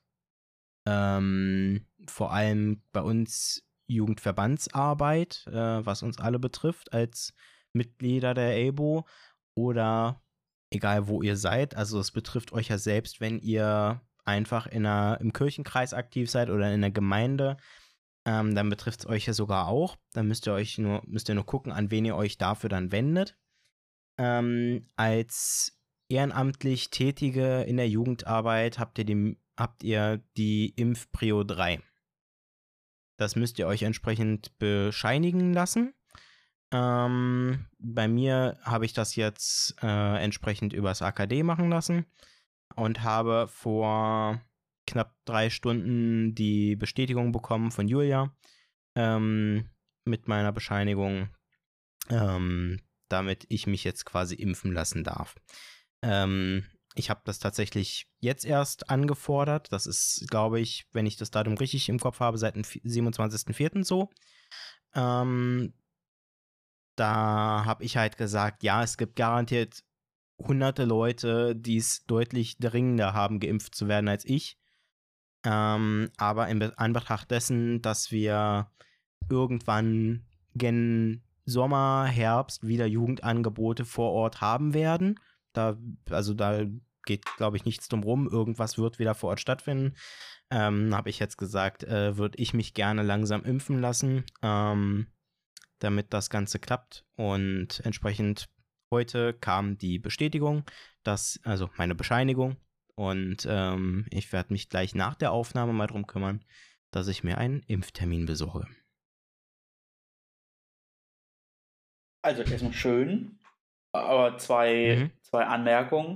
ähm, vor allem bei uns Jugendverbandsarbeit, äh, was uns alle betrifft, als Mitglieder der A B O oder egal wo ihr seid, also es betrifft euch ja selbst, wenn ihr einfach in einer, im Kirchenkreis aktiv seid oder in der Gemeinde, ähm, dann betrifft es euch ja sogar auch. Dann müsst ihr euch nur, müsst ihr nur gucken, an wen ihr euch dafür dann wendet. Ähm, als ehrenamtlich Tätige in der Jugendarbeit habt ihr die, habt ihr die Impfprio drei. Das müsst ihr euch entsprechend bescheinigen lassen. Ähm, bei mir habe ich das jetzt äh, entsprechend übers A K D machen lassen und habe vor knapp drei Stunden die Bestätigung bekommen von Julia ähm, mit meiner Bescheinigung, ähm, damit ich mich jetzt quasi impfen lassen darf. Ähm, ich habe das tatsächlich jetzt erst angefordert. Das ist, glaube ich, wenn ich das Datum richtig im Kopf habe, seit dem siebenundzwanzigsten vierten so. Ähm, da habe ich halt gesagt, ja, es gibt garantiert hunderte Leute, die es deutlich dringender haben, geimpft zu werden als ich. Ähm, aber in Anbetracht dessen, dass wir irgendwann gen Sommer, Herbst wieder Jugendangebote vor Ort haben werden, da, also da geht, glaube ich, nichts drum rum, irgendwas wird wieder vor Ort stattfinden, ähm, habe ich jetzt gesagt, äh, würde ich mich gerne langsam impfen lassen, ähm, damit das Ganze klappt. Und entsprechend heute kam die Bestätigung, dass, also meine Bescheinigung, und ähm, ich werde mich gleich nach der Aufnahme mal drum kümmern, dass ich mir einen Impftermin besorge. Also erstmal schön, aber zwei, Mhm. zwei Anmerkungen.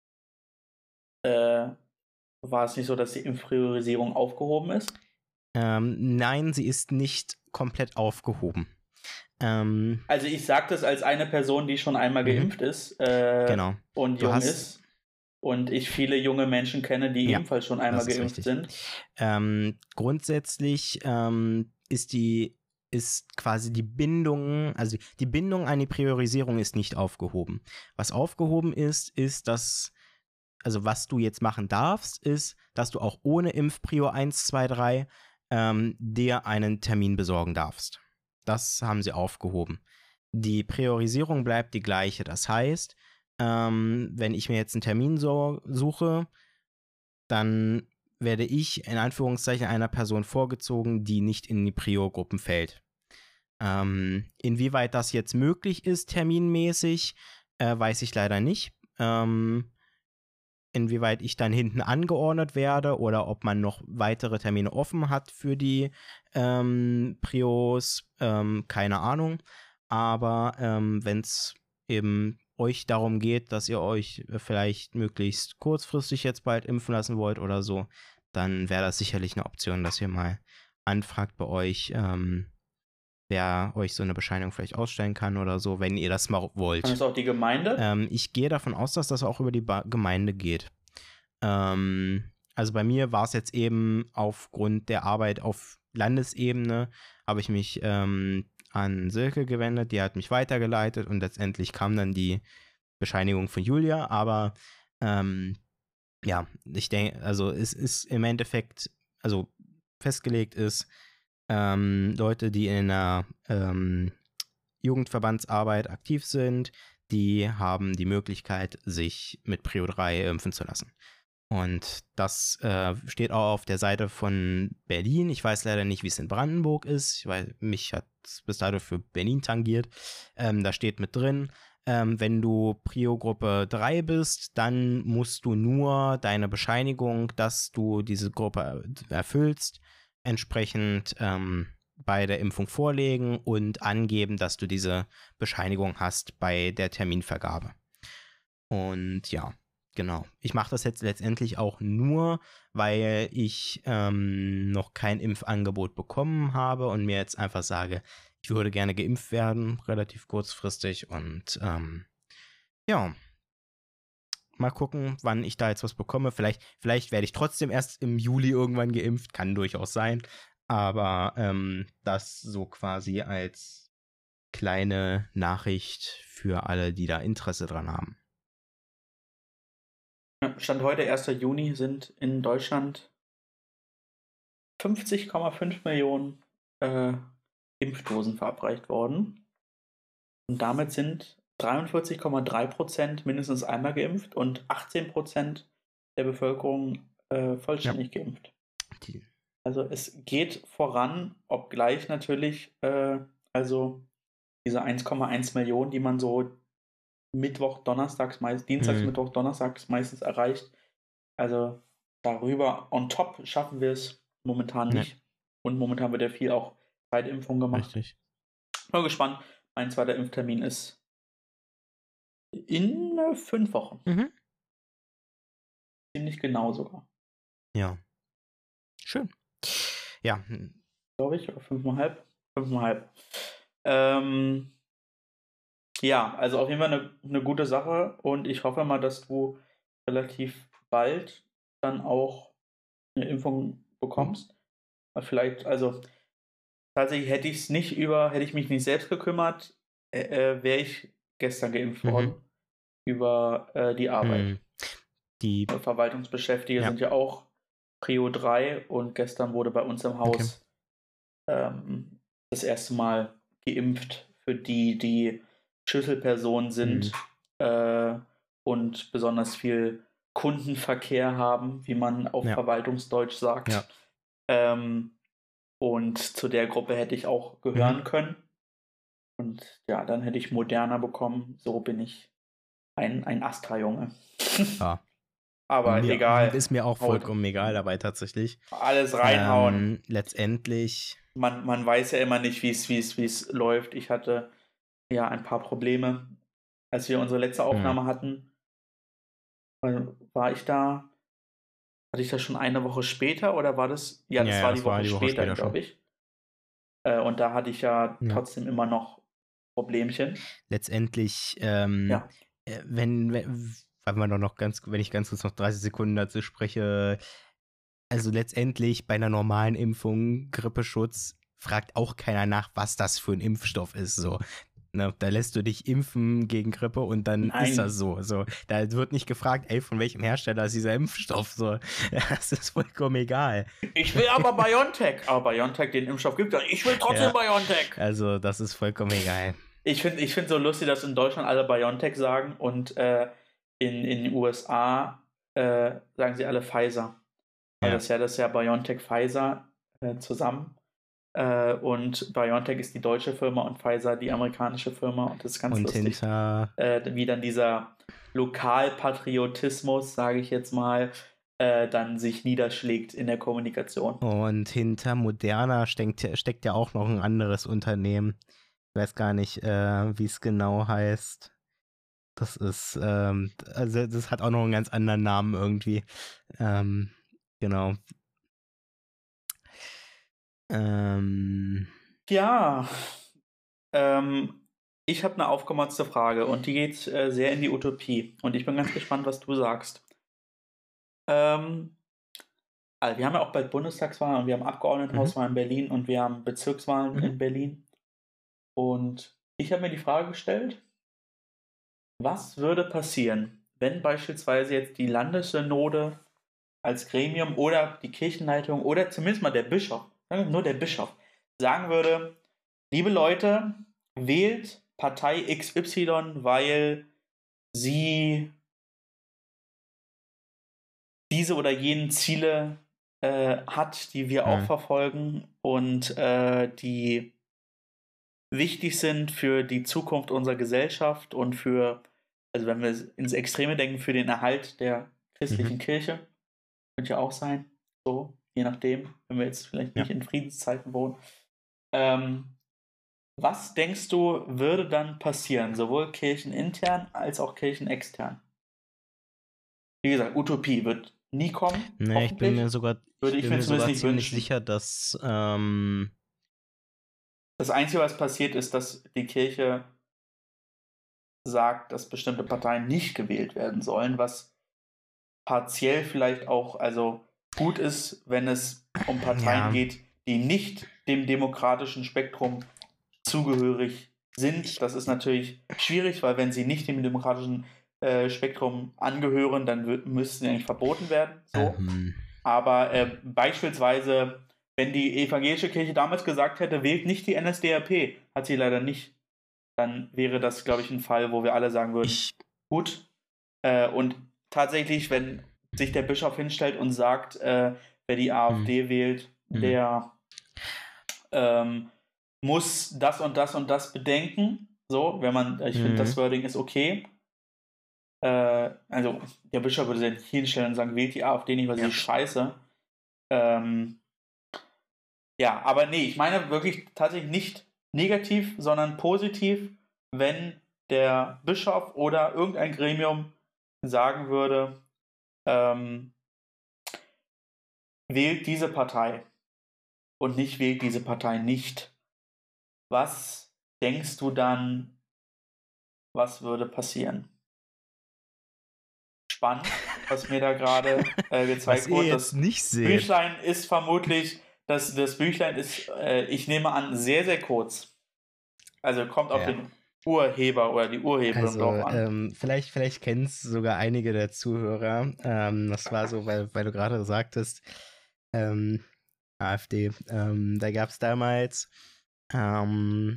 Äh, war es nicht so, dass die Impfpriorisierung aufgehoben ist? Ähm, nein, sie ist nicht komplett aufgehoben. Ähm, Also ich sage das als eine Person, die schon einmal Mhm. geimpft ist äh, genau. und Du jung hast- ist. Und ich viele junge Menschen kenne, die Ja, ebenfalls schon einmal das ist geimpft richtig. sind. Ähm, grundsätzlich ähm, ist die ist quasi die Bindung, also die Bindung an die Priorisierung ist nicht aufgehoben. Was aufgehoben ist, ist, dass, also was du jetzt machen darfst, ist, dass du auch ohne Impfprio eins, zwei, drei ähm, dir einen Termin besorgen darfst. Das haben sie aufgehoben. Die Priorisierung bleibt die gleiche. Das heißt, ähm, wenn ich mir jetzt einen Termin so, suche, dann werde ich in Anführungszeichen einer Person vorgezogen, die nicht in die Prio-Gruppen fällt. Ähm, inwieweit das jetzt möglich ist, terminmäßig, äh, weiß ich leider nicht. Ähm, inwieweit ich dann hinten angeordnet werde oder ob man noch weitere Termine offen hat für die ähm, Prios, ähm, keine Ahnung. Aber ähm, wenn es eben euch darum geht, dass ihr euch vielleicht möglichst kurzfristig jetzt bald impfen lassen wollt oder so, dann wäre das sicherlich eine Option, dass ihr mal anfragt bei euch, ähm, wer euch so eine Bescheinigung vielleicht ausstellen kann oder so, wenn ihr das mal wollt. Kann das auch die Gemeinde? Ähm, ich gehe davon aus, dass das auch über die ba- Gemeinde geht. Ähm, also bei mir war es jetzt eben aufgrund der Arbeit auf Landesebene, habe ich mich ähm, an Silke gewendet, die hat mich weitergeleitet und letztendlich kam dann die Bescheinigung von Julia, aber ähm, ja, ich denke, also es ist im Endeffekt, also festgelegt ist, ähm, Leute, die in einer ähm, Jugendverbandsarbeit aktiv sind, die haben die Möglichkeit, sich mit Prio drei impfen zu lassen. Und das äh, steht auch auf der Seite von Berlin. Ich weiß leider nicht, wie es in Brandenburg ist. Ich weiß, mich hat es bis dato für Berlin tangiert. Ähm, da steht mit drin, ähm, wenn du Prio-Gruppe drei bist, dann musst du nur deine Bescheinigung, dass du diese Gruppe erfüllst, entsprechend ähm, bei der Impfung vorlegen und angeben, dass du diese Bescheinigung hast bei der Terminvergabe. Und ja, genau. Ich mache das jetzt letztendlich auch nur, weil ich ähm, noch kein Impfangebot bekommen habe und mir jetzt einfach sage, ich würde gerne geimpft werden, relativ kurzfristig. Und ähm, ja, mal gucken, wann ich da jetzt was bekomme. Vielleicht, vielleicht werde ich trotzdem erst im Juli irgendwann geimpft, kann durchaus sein. Aber ähm, das so quasi als kleine Nachricht für alle, die da Interesse dran haben. Stand heute, erster Juni, sind in Deutschland fünfzig Komma fünf Millionen äh, Impfdosen verabreicht worden. Und damit sind dreiundvierzig Komma drei Prozent mindestens einmal geimpft und achtzehn Prozent der Bevölkerung äh, vollständig ja. geimpft. Die. Also es geht voran, obgleich natürlich äh, also diese eins Komma eins Millionen, die man so Mittwoch, Donnerstags, meist, Dienstags, mhm. Mittwoch, Donnerstags meistens erreicht. Also darüber on top schaffen wir es momentan nicht. Ja. Und momentan wird ja viel auch Zeitimpfung gemacht. Richtig. Bin gespannt. Mein zweiter Impftermin ist in äh, fünf Wochen. Mhm. Ziemlich genau sogar. Ja. Schön. Ja. Glaube ich, oder fünfeinhalb? Fünfeinhalb. Ähm, ja, also auf jeden Fall eine, eine gute Sache und ich hoffe mal, dass du relativ bald dann auch eine Impfung bekommst. Mhm. Vielleicht, also tatsächlich hätte ich es nicht über, hätte ich mich nicht selbst gekümmert, äh, wäre ich gestern geimpft worden mhm. über äh, die Arbeit. Mhm. Die Verwaltungsbeschäftigte ja. sind ja auch Prio drei und gestern wurde bei uns im Haus okay. ähm, das erste Mal geimpft für die, die Schlüsselpersonen sind mhm. äh, und besonders viel Kundenverkehr haben, wie man auf ja. Verwaltungsdeutsch sagt. Ja. Ähm, und zu der Gruppe hätte ich auch gehören mhm. können. Und ja, dann hätte ich Moderna bekommen. So bin ich ein, ein Astra-Junge. Ja. Aber mir, egal. Ist mir auch vollkommen Haut. egal dabei tatsächlich. Alles reinhauen. Ähm, letztendlich. Man, man weiß ja immer nicht, wie es wie es wie es läuft. Ich hatte ja ein paar Probleme. Als wir unsere letzte Aufnahme hm. hatten, war ich da, hatte ich das schon eine Woche später oder war das? Ja, das ja, war das die Woche, war die Woche später, später glaube ich. Äh, und da hatte ich ja, ja trotzdem immer noch Problemchen. Letztendlich, ähm, ja. wenn, wenn, wenn man noch ganz, wenn ich ganz kurz noch dreißig Sekunden dazu spreche, also letztendlich bei einer normalen Impfung, Grippeschutz, fragt auch keiner nach, was das für ein Impfstoff ist. So. Ne, da lässt du dich impfen gegen Grippe und dann Nein. ist das so. so. Da wird nicht gefragt, ey, von welchem Hersteller ist dieser Impfstoff? So. Das ist vollkommen egal. Ich will aber BioNTech. Aber BioNTech den Impfstoff gibt, ich will trotzdem ja. BioNTech. Also das ist vollkommen egal. Ich finde ich find so lustig, dass in Deutschland alle BioNTech sagen und äh, in, in den U S A äh, sagen sie alle Pfizer. Weil ja. das ja das ist ja BioNTech Pfizer äh, zusammen. Uh, und BioNTech ist die deutsche Firma und Pfizer die amerikanische Firma und das ist ganz und lustig, hinter... uh, wie dann dieser Lokalpatriotismus, sage ich jetzt mal, uh, dann sich niederschlägt in der Kommunikation. Und hinter Moderna steckt, steckt ja auch noch ein anderes Unternehmen. Ich weiß gar nicht, äh, wie es genau heißt. Das ist, ähm, also das hat auch noch einen ganz anderen Namen irgendwie. Ähm, genau. Ähm. Ja, ähm, ich habe eine aufgemotzte Frage und die geht äh, sehr in die Utopie und ich bin ganz gespannt, was du sagst. Ähm, also wir haben ja auch bald Bundestagswahlen und wir haben Abgeordnetenhauswahlen mhm. in Berlin und wir haben Bezirkswahlen mhm. in Berlin und ich habe mir die Frage gestellt, Was würde passieren, wenn beispielsweise jetzt die Landessynode als Gremium oder die Kirchenleitung oder zumindest mal der Bischof, nur der Bischof, sagen würde, liebe Leute, wählt Partei X Y, weil sie diese oder jenen Ziele äh, hat, die wir Mhm. auch verfolgen und äh, die wichtig sind für die Zukunft unserer Gesellschaft und für, also wenn wir ins Extreme denken, für den Erhalt der christlichen Mhm. Kirche. Könnte ja auch sein, so, je nachdem, wenn wir jetzt vielleicht nicht Ja. in Friedenszeiten wohnen. Ähm, was denkst du, würde dann passieren, sowohl kirchenintern als auch kirchenextern? Wie gesagt, Utopie wird nie kommen, Nee, ich bin hoffentlich. mir sogar, Würde ich ich bin mir mir zumindest sogar nicht ziemlich wünschen. sicher, dass ähm, Das Einzige, was passiert, ist, dass die Kirche sagt, dass bestimmte Parteien nicht gewählt werden sollen, was partiell vielleicht auch also gut ist, wenn es um Parteien ja, geht, die nicht dem demokratischen Spektrum zugehörig sind. ich, Das ist natürlich schwierig, weil wenn sie nicht dem demokratischen äh, Spektrum angehören, dann wür- müssten sie eigentlich verboten werden. So. ähm, Aber äh, beispielsweise, wenn die evangelische Kirche damals gesagt hätte, wählt nicht die N S D A P, hat sie leider nicht, dann wäre das, glaube ich, ein Fall, wo wir alle sagen würden, ich, gut. Äh, und tatsächlich, wenn sich der Bischof hinstellt und sagt, äh, wer die hm, AfD wählt, hm, der ähm, muss das und das und das bedenken. So, wenn man, ich finde, das hm, Wording ist okay. Äh, also, der Bischof würde sich hinstellen und sagen, wählt die AfD nicht, weil sie ja. ist scheiße. Ähm, ja, aber nee, ich meine wirklich tatsächlich nicht negativ, sondern positiv, wenn der Bischof oder irgendein Gremium sagen würde, ähm, wählt diese Partei und nicht wählt diese Partei nicht. Was denkst du dann, was würde passieren? Spannend, was mir da gerade äh, gezeigt Was ihr wurde. jetzt Das nicht seht. Büchlein ist vermutlich, das, das Büchlein ist, äh, ich nehme an, sehr, sehr kurz. Also kommt auf Ja. den Urheber oder die Urheberin Also, drauf an. ähm, vielleicht, vielleicht kennen es sogar einige der Zuhörer. Ähm, das war so, weil, weil du gerade sagtest, ähm, AfD. Ähm, da gab es damals ähm,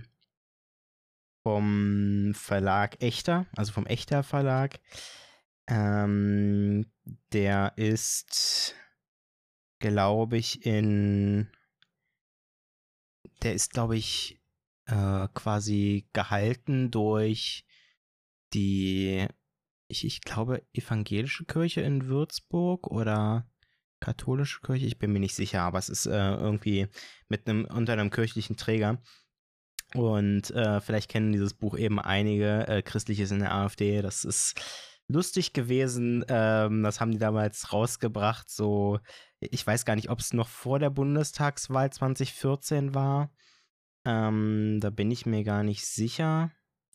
vom Verlag Echter, also vom Echter Verlag, ähm, der ist, glaube ich, in, der ist, glaube ich, äh, quasi gehalten durch die, ich, ich glaube, evangelische Kirche in Würzburg oder katholische Kirche, ich bin mir nicht sicher, aber es ist äh, irgendwie mit einem, unter einem kirchlichen Träger. Und äh, vielleicht kennen dieses Buch eben einige, äh, Christliches in der AfD. Das ist lustig gewesen. Ähm, das haben die damals rausgebracht. So, ich weiß gar nicht, ob es noch vor der Bundestagswahl zwanzig vierzehn war. Ähm, da bin ich mir gar nicht sicher.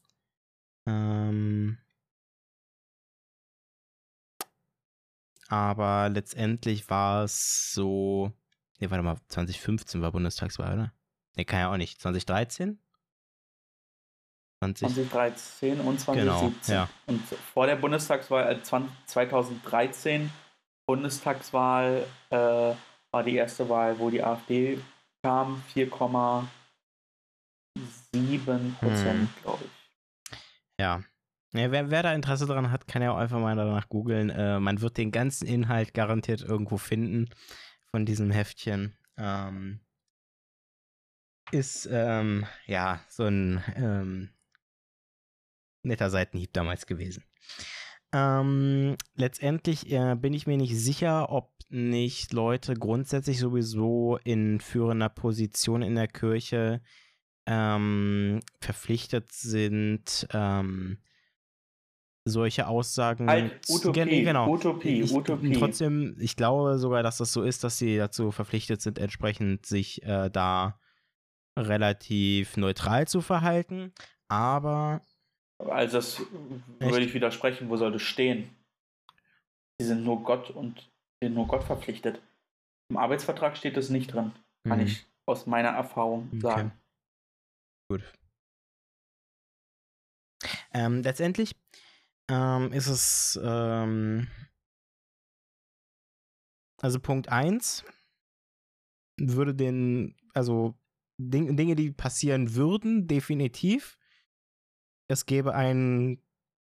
Ähm, aber letztendlich war es so. Ne, warte mal, zwanzig fünfzehn war Bundestagswahl, oder? Ne, kann ja auch nicht. zwanzig dreizehn? zwanzig zwanzig dreizehn und zwanzig Genau, siebzehn. ja. Und vor der Bundestagswahl, äh, zwanzig dreizehn, Bundestagswahl, äh, war die erste Wahl, wo die AfD kam, vier Komma sieben Prozent, Hm. glaube ich. Ja. Ja, wer, wer da Interesse daran hat, kann ja auch einfach mal danach googeln. Äh, man wird den ganzen Inhalt garantiert irgendwo finden von diesem Heftchen. Ähm, ist, ähm, ja, so ein ähm, netter Seitenhieb damals gewesen. Ähm, letztendlich äh, bin ich mir nicht sicher, ob nicht Leute grundsätzlich sowieso in führender Position in der Kirche ähm, verpflichtet sind, ähm, solche Aussagen Halt, zu- Utopie, gen- genau. Utopie, Ich, Utopie. Trotzdem, ich glaube sogar, dass das so ist, dass sie dazu verpflichtet sind, entsprechend sich äh, da relativ neutral zu verhalten. Aber Also das würde echt, ich widersprechen, wo soll das stehen? Sie sind nur Gott und sind nur Gott verpflichtet. Im Arbeitsvertrag steht das nicht drin, kann hm, ich aus meiner Erfahrung okay, sagen. gut. Ähm, letztendlich ähm, ist es, ähm, also Punkt eins würde den, also Ding, Dinge, die passieren würden, definitiv. Es gäbe einen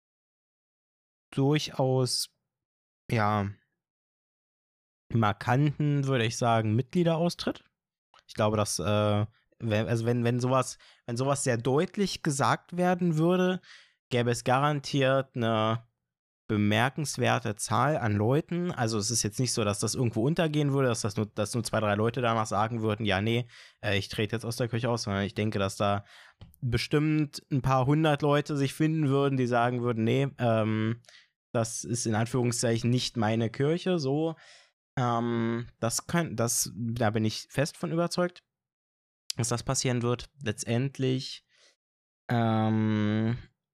durchaus, ja, markanten, würde ich sagen, Mitgliederaustritt. Ich glaube, dass, äh, wenn, also wenn, wenn sowas, wenn sowas sehr deutlich gesagt werden würde, gäbe es garantiert eine bemerkenswerte Zahl an Leuten. Also es ist jetzt nicht so, dass das irgendwo untergehen würde, dass das nur, dass nur zwei, drei Leute danach sagen würden, ja, nee, äh, ich trete jetzt aus der Kirche aus, sondern ich denke, dass da bestimmt ein paar hundert Leute sich finden würden, die sagen würden, nee, ähm, das ist in Anführungszeichen nicht meine Kirche, so. Ähm, das kann, das, da bin ich fest von überzeugt, dass das passieren wird. Letztendlich ähm,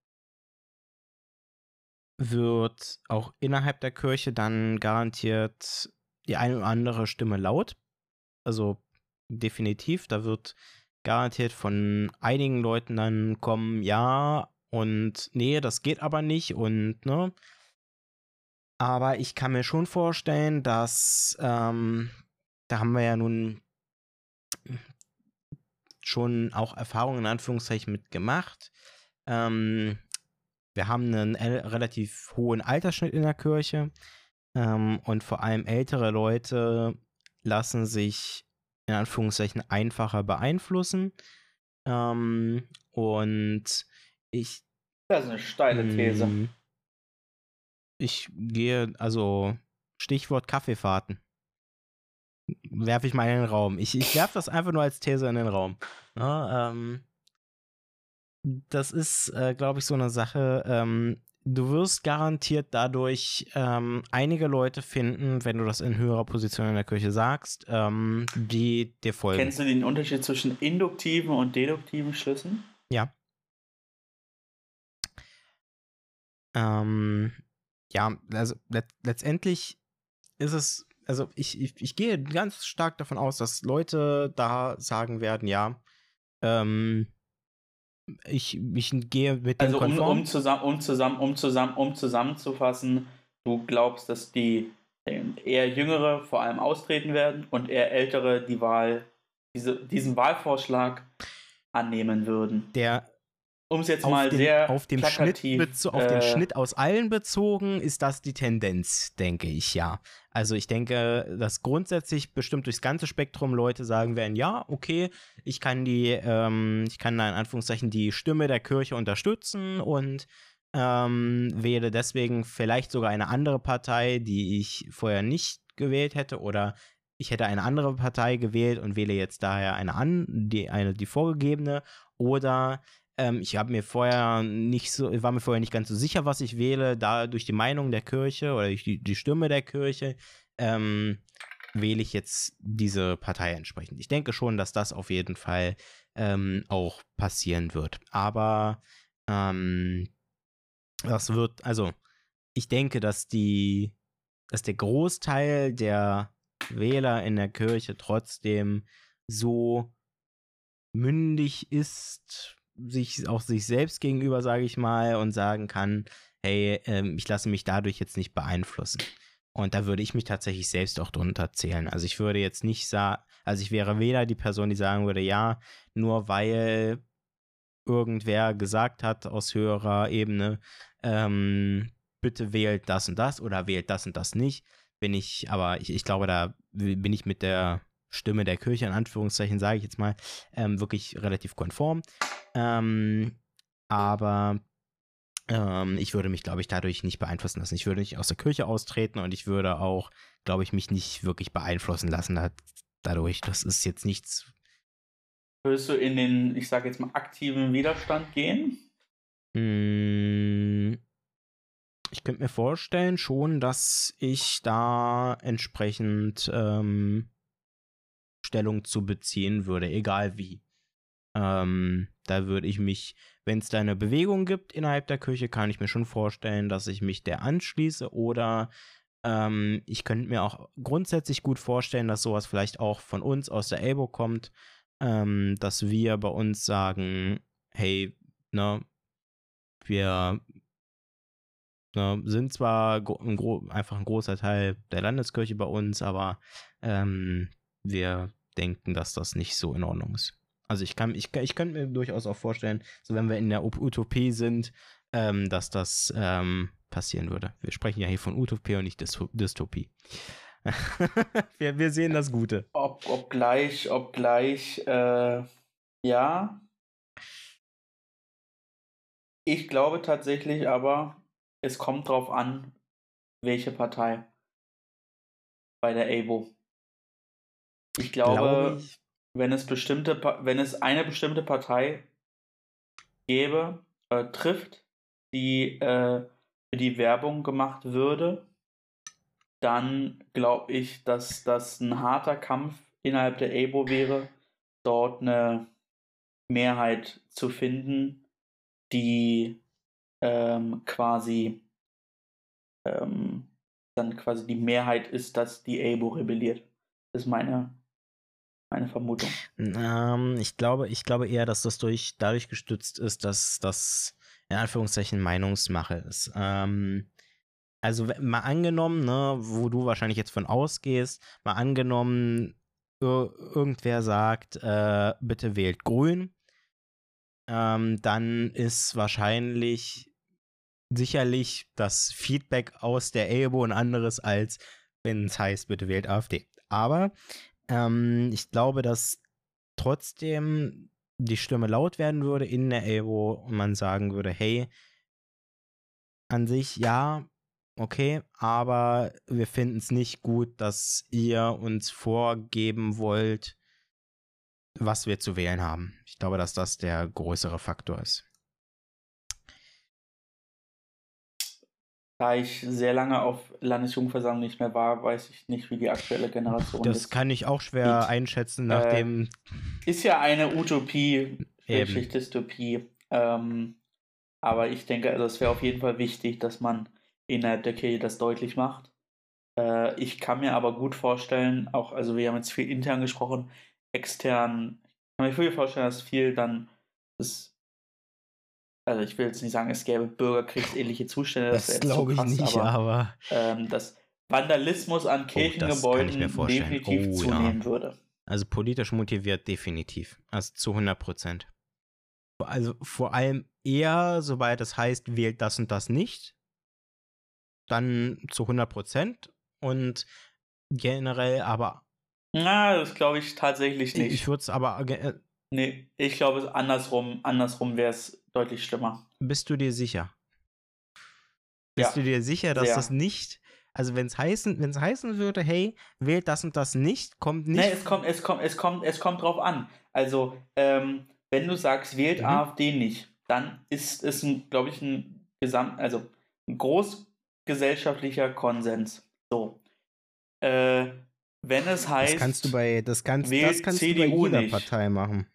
wird auch innerhalb der Kirche dann garantiert die eine oder andere Stimme laut. Also definitiv, da wird garantiert von einigen Leuten dann kommen, ja und nee, das geht aber nicht und ne. Aber ich kann mir schon vorstellen, dass ähm, da haben wir ja nun schon auch Erfahrungen in Anführungszeichen mit gemacht. Ähm, wir haben einen el- relativ hohen Altersschnitt in der Kirche ähm, und vor allem ältere Leute lassen sich in Anführungszeichen einfacher beeinflussen. Ähm, und ich, Das ist eine steile These. mh, ich gehe, also Stichwort Kaffeefahrten. Werfe ich mal in den Raum. Ich, ich werfe das einfach nur als These in den Raum. Ja, ähm, das ist, äh, glaube ich, so eine Sache. Ähm, du wirst garantiert dadurch ähm, einige Leute finden, wenn du das in höherer Position in der Kirche sagst, ähm, die dir folgen. Kennst du den Unterschied zwischen induktiven und deduktiven Schlüssen? Ja. Ähm, ja, also let letztendlich ist es, also ich, ich, ich gehe ganz stark davon aus, dass Leute da sagen werden, ja, ähm, ich, ich gehe mit dem Also um, konform. um, zusammen, um, zusammen, um, zusammen, um zusammenzufassen, du glaubst, dass die eher Jüngere vor allem austreten werden und eher Ältere die Wahl, diese, diesen Wahlvorschlag annehmen würden. Der Um es jetzt auf mal den, sehr auf dem Schnitt plakativ, bezo- auf äh, den Schnitt aus allen bezogen ist das die Tendenz, denke ich, ja. Also ich denke, dass grundsätzlich bestimmt durchs ganze Spektrum Leute sagen werden, ja, okay, ich kann die, ähm, ich kann da in Anführungszeichen die Stimme der Kirche unterstützen und ähm, wähle deswegen vielleicht sogar eine andere Partei, die ich vorher nicht gewählt hätte, oder ich hätte eine andere Partei gewählt und wähle jetzt daher eine an, die, eine, die vorgegebene, oder ähm, ich habe mir vorher nicht so, war mir vorher nicht ganz so sicher, was ich wähle, da durch die Meinung der Kirche oder durch die, die Stimme der Kirche ähm, wähle ich jetzt diese Partei entsprechend. Ich denke schon, dass das auf jeden Fall ähm, auch passieren wird. Aber ähm, das wird, also ich denke, dass die, dass der Großteil der Wähler in der Kirche trotzdem so mündig ist, sich auch sich selbst gegenüber, sage ich mal, und sagen kann, hey, ähm, ich lasse mich dadurch jetzt nicht beeinflussen. Und da würde ich mich tatsächlich selbst auch drunter zählen. Also ich würde jetzt nicht sagen, also ich wäre weder die Person, die sagen würde, ja, nur weil irgendwer gesagt hat aus höherer Ebene, ähm, bitte wählt das und das oder wählt das und das nicht, bin ich, aber ich, ich glaube, da bin ich mit der Stimme der Kirche, in Anführungszeichen, sage ich jetzt mal, ähm, wirklich relativ konform. Ähm, aber ähm, ich würde mich, glaube ich, dadurch nicht beeinflussen lassen. Ich würde nicht aus der Kirche austreten und ich würde auch, glaube ich, mich nicht wirklich beeinflussen lassen da, dadurch. Das ist jetzt nichts. Würdest du in den, ich sage jetzt mal, aktiven Widerstand gehen? Mm, ich könnte mir vorstellen schon, dass ich da entsprechend ähm, Stellung zu beziehen würde, egal wie. Ähm, da würde ich mich, wenn es da eine Bewegung gibt innerhalb der Kirche, kann ich mir schon vorstellen, dass ich mich der anschließe, oder ähm, ich könnte mir auch grundsätzlich gut vorstellen, dass sowas vielleicht auch von uns aus der Elbow kommt, ähm, dass wir bei uns sagen, hey, ne, wir Ne, sind zwar gro ein gro einfach ein großer Teil der Landeskirche bei uns, aber ähm, wir denken, dass das nicht so in Ordnung ist. Also ich kann, ich, ich könnte mir durchaus auch vorstellen, so wenn wir in der Utopie sind, ähm, dass das ähm, passieren würde. Wir sprechen ja hier von Utopie und nicht Dys- Dystopie. wir, wir sehen das Gute. Ob, ob gleich, ob gleich, äh, ja. Ich glaube tatsächlich aber, es kommt drauf an, welche Partei bei der A B O. Ich glaube, Glaube ich. wenn es bestimmte, Pa- wenn es eine bestimmte Partei gäbe, äh, trifft, die äh, für die Werbung gemacht würde, dann glaube ich, dass das ein harter Kampf innerhalb der A B O wäre, dort eine Mehrheit zu finden, die ähm, quasi ähm, dann quasi die Mehrheit ist, dass die A B O rebelliert. Das ist meine, meine Vermutung. Ähm, ich glaube, ich glaube eher, dass das durch, dadurch gestützt ist, dass das in Anführungszeichen Meinungsmache ist. Ähm, also we- mal angenommen, ne, wo du wahrscheinlich jetzt von ausgehst, mal angenommen, ir irgendwer sagt, äh, bitte wählt Grün, ähm, dann ist wahrscheinlich sicherlich das Feedback aus der A B O ein anderes, als wenn es heißt, bitte wählt AfD. Aber ähm, ich glaube, dass trotzdem die Stimme laut werden würde in der A B O und man sagen würde, hey, an sich ja, okay, aber wir finden es nicht gut, dass ihr uns vorgeben wollt, was wir zu wählen haben. Ich glaube, dass das der größere Faktor ist. Da ich sehr lange auf Landesjugendversammlung nicht mehr war, weiß ich nicht, wie die aktuelle Generation Das ist. kann ich auch schwer sieht. einschätzen, Äh, nachdem Ist ja eine Utopie, Eben. Schrägstrich Dystopie. Ähm, aber ich denke, also es wäre auf jeden Fall wichtig, dass man innerhalb der Kirche das deutlich macht. Äh, ich kann mir aber gut vorstellen, auch, also wir haben jetzt viel intern gesprochen, extern, ich kann mir viel vorstellen, dass viel dann ist, also ich will jetzt nicht sagen, es gäbe bürgerkriegsähnliche Zustände, das, das wäre jetzt zu glaube ich krass, nicht, aber aber ähm, dass Vandalismus an oh, das kann ich mir Kirchengebäuden vorstellen. definitiv Oh, ja. zunehmen würde. Also politisch motiviert definitiv. Also zu hundert Prozent. Also vor allem eher, sobald es heißt, wählt das und das nicht, dann zu hundert Prozent und generell aber, Na, das glaube ich tatsächlich nicht. ich würde es aber, äh, Nee, ich glaube, andersrum, andersrum wäre es deutlich schlimmer. bist du dir sicher? Bist Ja, du dir sicher, dass sehr. das nicht, also wenn es heißen, wenn es heißen würde, hey, wählt das und das nicht, kommt nicht. Nee, es kommt, es kommt, es kommt, es kommt drauf an. Also, ähm, wenn du sagst, wählt Mhm. AfD nicht, dann ist es, ein, glaube ich, ein Gesamt, also ein großgesellschaftlicher Konsens. So. Äh, wenn es heißt, Das kannst du bei, das kannst, das wählt kannst C du bei D U jeder nicht. Partei machen.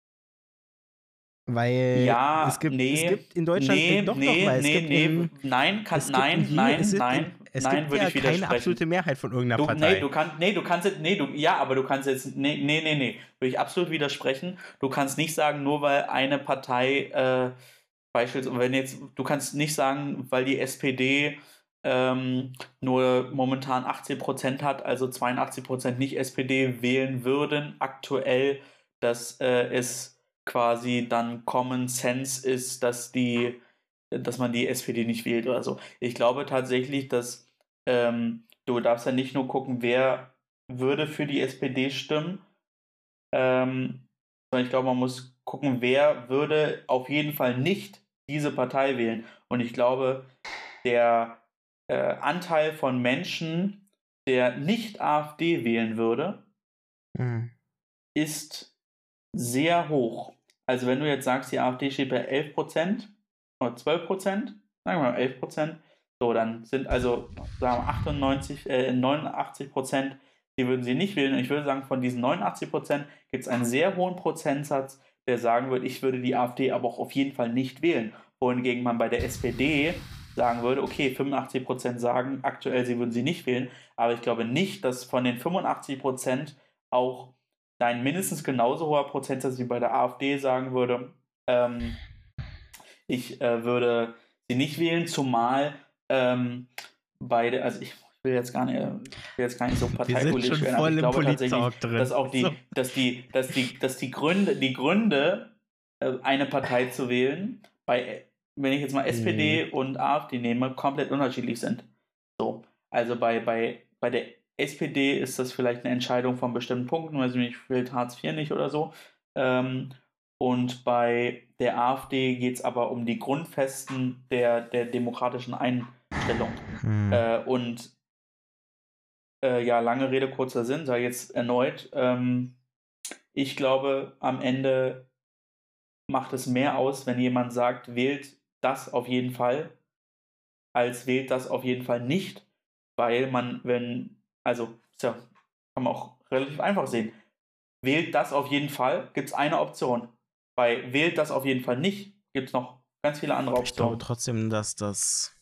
Weil Ja, es gibt, nee, es gibt in Deutschland, nee, äh, doch, nee, doch, weil es nee, gibt nee, in, nein, kann, es gibt nein, in je, nein, es, ist nein, in, es nein, gibt würde ja ich keine widersprechen. absolute Mehrheit von irgendeiner Du, Partei. nee, du kannst, nee, du kannst jetzt, nee, du, ja, aber du kannst jetzt, nee, nee, nee, nee, würde ich absolut widersprechen. Du kannst nicht sagen, nur weil eine Partei, äh, beispielsweise, wenn jetzt, du kannst nicht sagen, weil die S P D ähm, nur momentan achtzehn Prozent hat, also zweiundachtzig Prozent nicht S P D wählen würden, aktuell, dass äh, es quasi dann Common Sense ist, dass die, dass man die S P D nicht wählt oder so. Ich glaube tatsächlich, dass ähm, du darfst ja nicht nur gucken, wer würde für die S P D stimmen, ähm, sondern ich glaube, man muss gucken, wer würde auf jeden Fall nicht diese Partei wählen. Und ich glaube, der äh, Anteil von Menschen, der nicht AfD wählen würde, Mhm. ist sehr hoch. Also wenn du jetzt sagst, die AfD steht bei elf Prozent oder zwölf Prozent, sagen wir mal elf Prozent, so, dann sind also sagen wir achtundneunzig, äh, neunundachtzig Prozent, die würden sie nicht wählen. Und ich würde sagen, von diesen neunundachtzig Prozent gibt es einen sehr hohen Prozentsatz, der sagen würde, ich würde die AfD aber auch auf jeden Fall nicht wählen. Wohingegen man bei der S P D sagen würde, okay, fünfundachtzig Prozent sagen aktuell, sie würden sie nicht wählen, aber ich glaube nicht, dass von den fünfundachtzig Prozent auch ein mindestens genauso hoher Prozentsatz wie bei der AfD sagen würde, ähm, ich äh, würde sie nicht wählen, zumal ähm, beide, also ich will jetzt gar nicht, ich will jetzt gar nicht so parteipolitisch werden, aber ich glaube tatsächlich, drin. dass auch die, so. dass die, dass die, dass die Gründe, die Gründe, eine Partei zu wählen, bei, wenn ich jetzt mal S P D mhm. und AfD nehme, komplett unterschiedlich sind. So, also bei, bei, bei der S P D ist das vielleicht eine Entscheidung von bestimmten Punkten, weil sie nicht will Hartz vier nicht oder so. Ähm, und bei der AfD geht es aber um die Grundfesten der, der demokratischen Einstellung. Hm. Äh, und äh, ja, lange Rede, kurzer Sinn, sage ich jetzt erneut. Ähm, ich glaube, am Ende macht es mehr aus, wenn jemand sagt, wählt das auf jeden Fall, als wählt das auf jeden Fall nicht, weil man, wenn, also, ja, kann man auch relativ einfach sehen, wählt das auf jeden Fall, gibt es eine Option. Bei wählt das auf jeden Fall nicht, gibt es noch ganz viele andere Optionen. Ich glaube trotzdem, dass das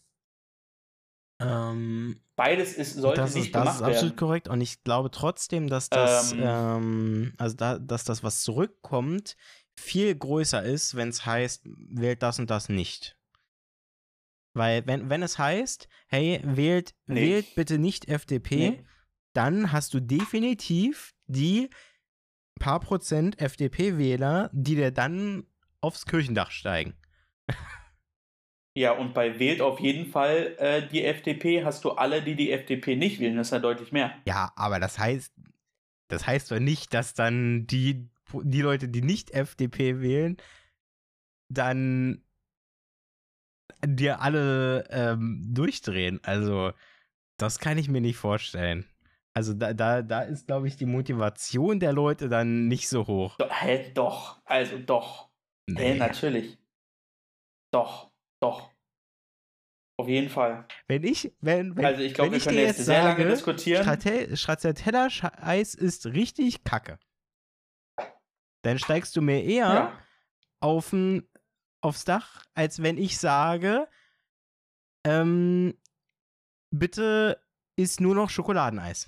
ähm, beides ist, sollte das nicht ist, das gemacht ist werden. absolut korrekt und ich glaube trotzdem, dass das, Ähm, ähm, also da, dass das, was zurückkommt, viel größer ist, wenn es heißt, wählt das und das nicht. Weil wenn, wenn es heißt, hey, wählt, Nee. wählt bitte nicht F D P, Nee. dann hast du definitiv die paar Prozent F D P-Wähler, die dir dann aufs Kirchendach steigen. Ja, und bei wählt auf jeden Fall äh, die F D P hast du alle, die die F D P nicht wählen. Das ist ja deutlich mehr. Ja, aber das heißt, das heißt doch nicht, dass dann die, die Leute, die nicht F D P wählen, dann dir alle ähm, durchdrehen. Also, das kann ich mir nicht vorstellen. Also, da, da, da ist, glaube ich, die Motivation der Leute dann nicht so hoch. Do, hä, doch. Also, doch. Nee. Hä, natürlich. Doch. Doch. Auf jeden Fall. Wenn ich, wenn, wenn, also ich glaube, wenn wir ich können dir jetzt jetzt sehr sage, lange diskutieren. Stracciatella-Eis ist richtig kacke. Dann steigst du mir eher Ja. auf'n, aufs Dach, als wenn ich sage, ähm, bitte isst nur noch Schokoladeneis.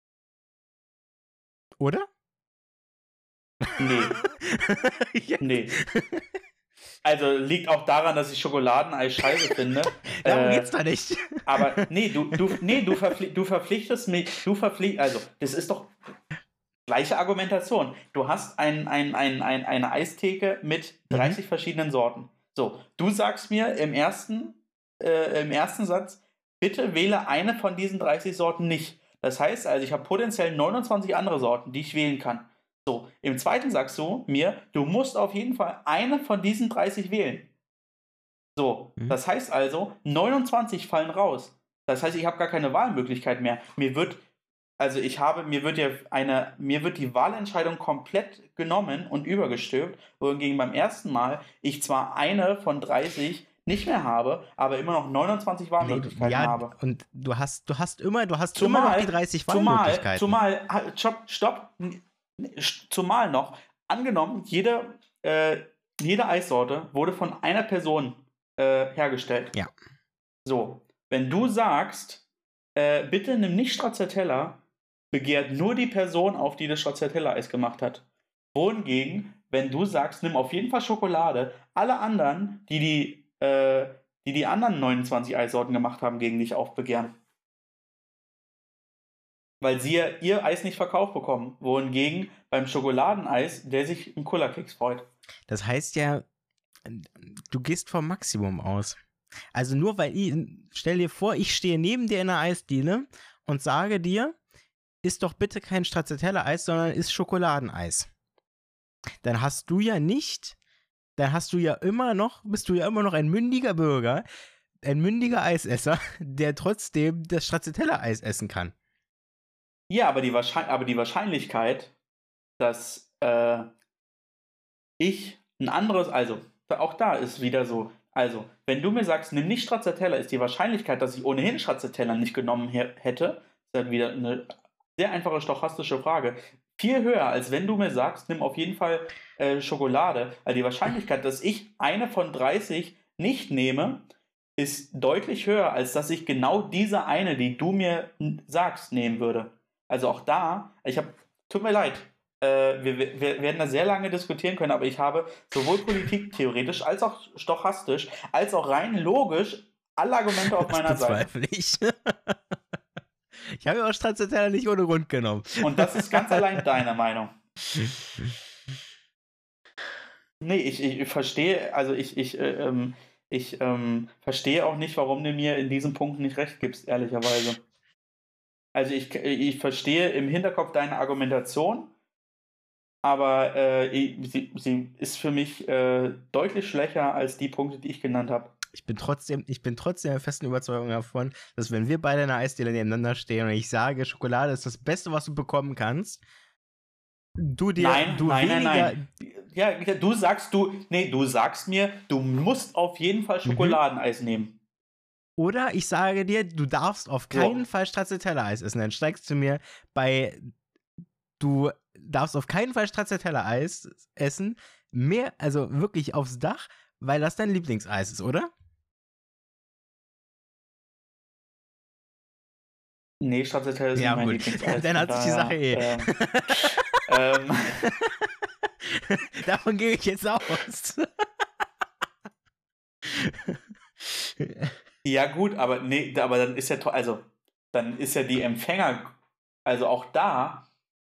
Oder? Nee. Ja. Nee. Also liegt auch daran, dass ich Schokoladeneis scheiße finde. Darum äh, geht's da nicht. Aber nee, du, du, nee, du, verpfli- du verpflichtest mich, du verpflichtest, also das ist doch gleiche Argumentation. Du hast ein, ein, ein, ein, eine Eistheke mit dreißig mhm. verschiedenen Sorten. So, du sagst mir im ersten, äh, im ersten Satz, bitte wähle eine von diesen dreißig Sorten nicht. Das heißt also, ich habe potenziell neunundzwanzig andere Sorten, die ich wählen kann. So, im zweiten sagst du mir, du musst auf jeden Fall eine von diesen dreißig wählen. So, mhm. das heißt also, neunundzwanzig fallen raus. Das heißt, ich habe gar keine Wahlmöglichkeit mehr. Mir wird, also ich habe, mir wird ja eine, mir wird die Wahlentscheidung komplett genommen und übergestülpt, wohingegen beim ersten Mal ich zwar eine von dreißig nicht mehr habe, aber immer noch neunundzwanzig Wahlmöglichkeiten nee, ja, habe. Und du hast, du hast immer, du hast zumal, immer noch die dreißig Wahlmöglichkeiten. Zumal, zumal, stopp, stopp, zumal noch, angenommen, jede, äh, jede Eissorte wurde von einer Person äh, hergestellt. Ja. So, wenn du sagst, äh, bitte nimm nicht Stracciatella, begehrt nur die Person auf, die das Stracciatella-Eis gemacht hat. Wohingegen, wenn du sagst, nimm auf jeden Fall Schokolade, alle anderen, die die, äh, die, die anderen neunundzwanzig Eissorten gemacht haben, gegen dich aufbegehren. Weil sie ja ihr Eis nicht verkauft bekommen. Wohingegen beim Schokoladeneis, der sich im Cola-Keks freut. Das heißt ja, du gehst vom Maximum aus. Also nur weil ich, stell dir vor, ich stehe neben dir in einer Eisdiele und sage dir, isst doch bitte kein Stracciatella-Eis, sondern isst Schokoladeneis. Dann hast du ja nicht, dann hast du ja immer noch, bist du ja immer noch ein mündiger Bürger, ein mündiger Eisesser, der trotzdem das Stracciatella-Eis essen kann. Ja, aber die, Wahrscheinlich- aber die Wahrscheinlichkeit, dass äh, ich ein anderes, also auch da ist wieder so, also wenn du mir sagst, nimm nicht Stracciatella, ist die Wahrscheinlichkeit, dass ich ohnehin Stracciatella nicht genommen he- hätte, ist dann wieder eine sehr einfache stochastische Frage, viel höher, als wenn du mir sagst, nimm auf jeden Fall äh, Schokolade. Also die Wahrscheinlichkeit, dass ich eine von dreißig nicht nehme, ist deutlich höher, als dass ich genau diese eine, die du mir n- sagst, nehmen würde. Also auch da, ich habe, tut mir leid, äh, wir, wir werden da sehr lange diskutieren können, aber ich habe sowohl politiktheoretisch als auch stochastisch, als auch rein logisch alle Argumente auf Das meiner Seite. bezweifle ich. Ich habe ja auch Stracciatella nicht ohne Grund genommen. Und das ist ganz allein deine Meinung. Nee, ich, ich verstehe, also ich, ich, äh, ähm, ich ähm, verstehe auch nicht, warum du mir in diesem Punkt nicht recht gibst, ehrlicherweise. Also ich, ich verstehe im Hinterkopf deine Argumentation, aber äh, ich, sie, sie ist für mich äh, deutlich schwächer als die Punkte, die ich genannt habe. Ich bin trotzdem, ich bin trotzdem der festen Überzeugung davon, dass wenn wir beide in einer Eisdiele nebeneinander stehen und ich sage, Schokolade ist das Beste, was du bekommen kannst, du dir Nein, du nein, weniger, nein, nein. Ja, ja, du sagst, du, nee, du sagst mir, du musst auf jeden Fall Schokoladeneis mhm. nehmen. Oder ich sage dir, du darfst auf keinen so. Fall Stracciatella-Eis essen. Dann steigst du mir bei, du darfst auf keinen Fall Stracciatella-Eis essen, mehr, also wirklich aufs Dach, weil das dein Lieblingseis ist, oder? Nee, Stracciatella ist ja, nicht mein gut. Lieblingseis. Dann hat sich die Sache eh. Ähm, ähm, Davon gehe ich jetzt aus. Ja gut, aber nee, aber dann ist ja also dann ist ja die Empfänger, also auch da,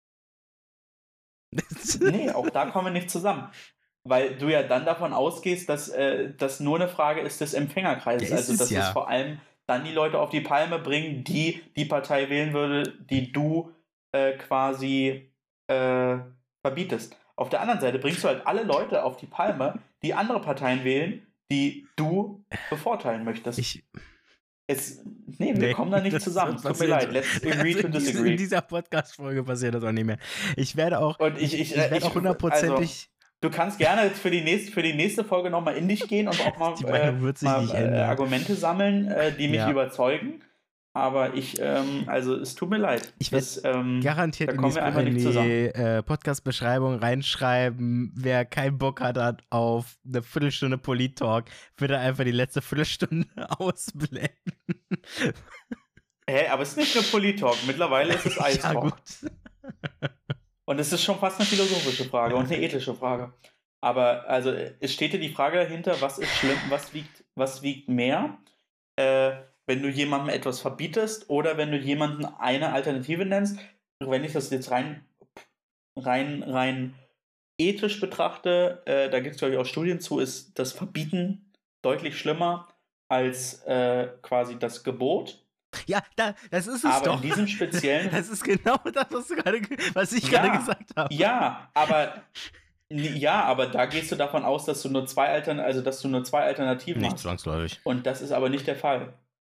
nee, auch da kommen wir nicht zusammen, weil du ja dann davon ausgehst, dass äh, das nur eine Frage ist des Empfängerkreises, ja, also dass ja. es vor allem dann die Leute auf die Palme bringen, die die Partei wählen würde, die du äh, quasi äh, verbietest. Auf der anderen Seite bringst du halt alle Leute auf die Palme, die andere Parteien wählen, die du bevorteilen möchtest. Ich, es, nee, wir nee, kommen da nicht zusammen. Es tut mir leid. Let's agree also to disagree. In dieser Podcast-Folge passiert das auch nicht mehr. Ich werde auch, und ich, ich, ich, ich werde auch hundertprozentig... Also, du kannst gerne für die nächste, für die nächste Folge nochmal in dich gehen und auch mal, äh, mal äh, Argumente sammeln, äh, die mich ja. überzeugen. Aber ich, ähm, also es tut mir leid. Ich werde ähm, garantiert da kommen in wir einfach die, nicht zusammen. äh, Podcast-Beschreibung reinschreiben, wer keinen Bock hat, hat auf eine Viertelstunde Polit-Talk, bitte einfach die letzte Viertelstunde ausblenden. Hä, hey, aber es ist nicht nur Polit-Talk, mittlerweile ist es Eis-Talk. Ja, gut. Und es ist schon fast eine philosophische Frage und eine ethische Frage. Aber also es steht dir die Frage dahinter, was ist schlimm, was wiegt, was wiegt mehr? Äh, wenn du jemandem etwas verbietest oder wenn du jemandem eine Alternative nennst, wenn ich das jetzt rein, rein, rein ethisch betrachte, äh, da gibt es glaube ich auch Studien zu, ist das Verbieten deutlich schlimmer als äh, quasi das Gebot. Ja, da, das ist es aber doch. Aber in diesem speziellen... Das ist genau das, was, du grade, was ich ja, gerade gesagt habe. Ja, aber... Ja, aber da gehst du davon aus, dass du nur zwei Altern- also dass du nur zwei Alternativen nicht hast. Nicht zwangsläufig. Und das ist aber nicht der Fall.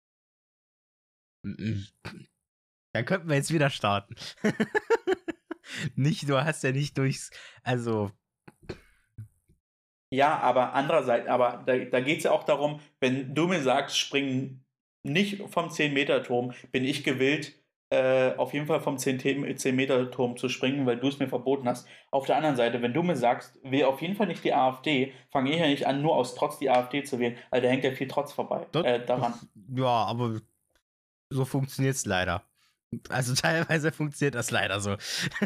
Da könnten wir jetzt wieder starten. Nicht, du hast ja nicht durchs, also... Ja, aber andererseits, aber da, da geht es ja auch darum, wenn du mir sagst, spring nicht vom zehn-Meter-Turm, bin ich gewillt, äh, auf jeden Fall vom zehn-Meter-Turm zu springen, weil du es mir verboten hast. Auf der anderen Seite, wenn du mir sagst, wähl auf jeden Fall nicht die AfD, fange ich ja nicht an, nur aus Trotz die AfD zu wählen, weil da hängt ja viel Trotz vorbei, das, äh, daran. Ja, aber so funktioniert es leider. Also teilweise funktioniert das leider so.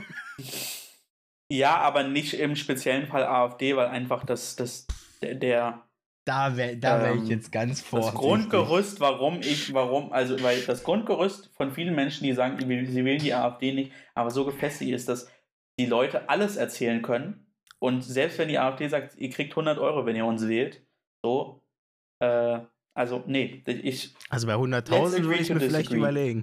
Ja, aber nicht im speziellen Fall AfD, weil einfach das, das der, der da wäre da wär ähm, ich jetzt ganz vorsichtig. Das Grundgerüst, warum ich, warum, also weil das Grundgerüst von vielen Menschen, die sagen, sie wählen die AfD nicht, aber so gefestigt ist, dass die Leute alles erzählen können und selbst wenn die AfD sagt, ihr kriegt hundert Euro, wenn ihr uns wählt, so, äh, also nee, ich... Also bei hunderttausend würde ich mir vielleicht überlegen.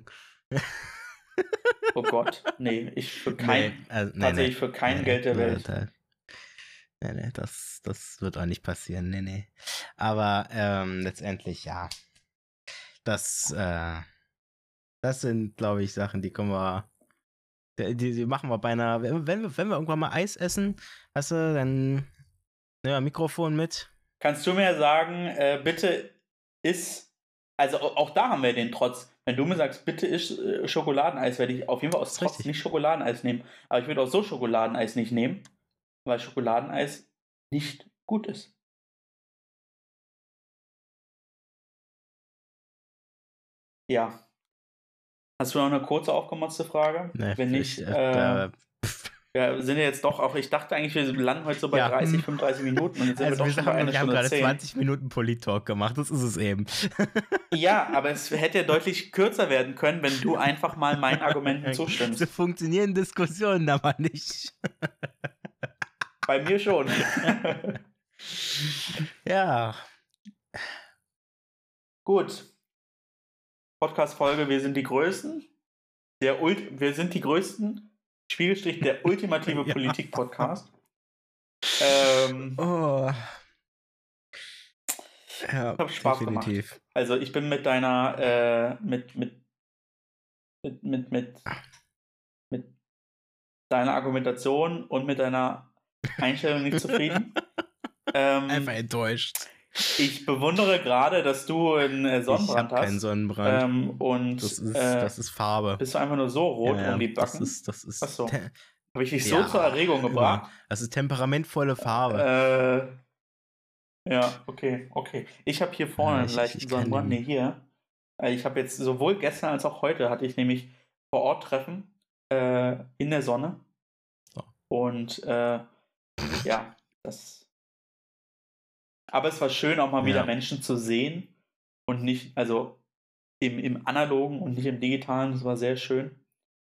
Oh Gott, nee, ich für kein, nee, also, nee, tatsächlich nee, für kein nee, Geld der Welt. Nee, nee, das, das wird auch nicht passieren, nee, nee. Aber ähm, letztendlich, ja, das, äh, das sind, glaube ich, Sachen, die können wir, die, die machen wir beinahe, wenn, wenn, wir, wenn wir irgendwann mal Eis essen, weißt du, dann, ja, Mikrofon mit. Kannst du mir sagen, äh, bitte iss, also auch da haben wir den Trotz. Wenn du mir sagst, bitte iss äh, Schokoladeneis, werde ich auf jeden Fall aus Trotz nicht Schokoladeneis nehmen. Aber ich würde auch so Schokoladeneis nicht nehmen, weil Schokoladeneis nicht gut ist. Ja. Hast du noch eine kurze aufgemotzte Frage? Nee, Wenn nicht, ich, äh, äh, Wir sind ja jetzt doch auch, ich dachte eigentlich, wir landen heute so bei Ja. dreißig, fünfunddreißig Minuten und jetzt sind Also wir wir doch schon bei sagen, einer wir haben Stunde gerade zehn. zwanzig Minuten Polit-Talk gemacht, das ist es eben. Ja, aber es hätte ja deutlich kürzer werden können, wenn du einfach mal meinen Argumenten zustimmst. So funktionieren Diskussionen aber nicht. Bei mir schon. Ja. Gut. Podcast-Folge, wir sind die Größten. Der Ult wir sind die Größten. Spiegelstrich, der ultimative Ja. Politik-Podcast. Ähm, Oh. Ja, Ich hab Spaß definitiv. gemacht. Also ich bin mit deiner, äh, mit, mit, mit, mit, mit, mit deiner Argumentation und mit deiner Einstellung nicht zufrieden. ähm, Einfach enttäuscht. ich bewundere gerade, dass du einen äh, Ich Sonnenbrand habe keinen hast. Sonnenbrand. Ähm, und das, ist, äh, das ist Farbe. bist du einfach nur so rot Ja, um die das Backen? ist, das ist, Ach so. te- Habe ich dich Ja, so zur Erregung gebracht? immer. Das ist temperamentvolle Farbe. Äh, ja, okay, okay. Ich habe hier vorne Ja, einen ich- leichten ich kann Sonnenbrand. den- Nee, hier. Äh, Ich habe jetzt sowohl gestern als auch heute hatte ich nämlich vor Ort Treffen äh, in der Sonne. So. Und äh, ja, das. Aber es war schön, auch mal wieder Ja. Menschen zu sehen und nicht, also im, im Analogen und nicht im Digitalen. Das war sehr schön.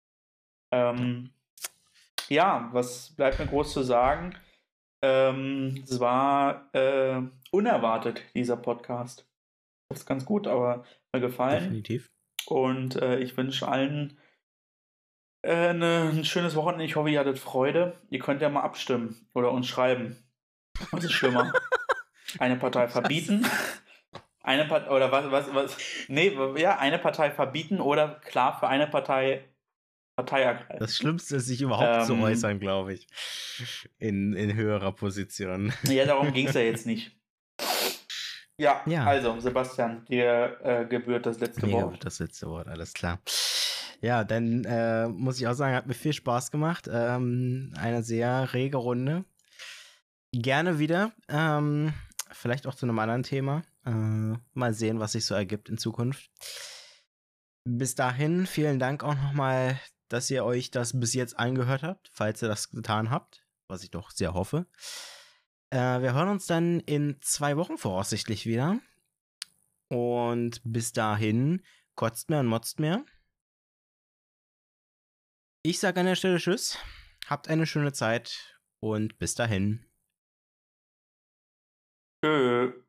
Ähm, ja, was bleibt mir groß zu sagen? Ähm, es war äh, unerwartet, dieser Podcast. Das ist ganz gut, aber mir gefallen. Definitiv. Und äh, ich wünsche allen äh, ne, ein schönes Wochenende. Ich hoffe, ihr hattet Freude. Ihr könnt ja mal abstimmen oder uns schreiben. Was ist schlimmer? Eine Partei verbieten? Eine Partei, oder was, was, was? Nee, ja, eine Partei verbieten oder klar für eine Partei Partei ergreifen. Das Schlimmste ist, sich überhaupt Ähm, zu äußern, glaube ich. In, in höherer Position. Ja, darum ging es ja jetzt nicht. Ja, Ja. also, Sebastian, dir äh, gebührt das letzte Mir Wort. gebührt das letzte Wort, alles klar. Ja, dann äh, muss ich auch sagen, hat mir viel Spaß gemacht. Ähm, eine sehr rege Runde. Gerne wieder. Ähm, vielleicht auch zu einem anderen Thema. Äh, mal sehen, was sich so ergibt in Zukunft. Bis dahin, vielen Dank auch nochmal, dass ihr euch das bis jetzt angehört habt, falls ihr das getan habt, was ich doch sehr hoffe. Äh, wir hören uns dann in zwei Wochen voraussichtlich wieder. Und bis dahin, kotzt mehr und motzt mehr. Ich sage an der Stelle Tschüss, habt eine schöne Zeit und bis dahin. Tschö.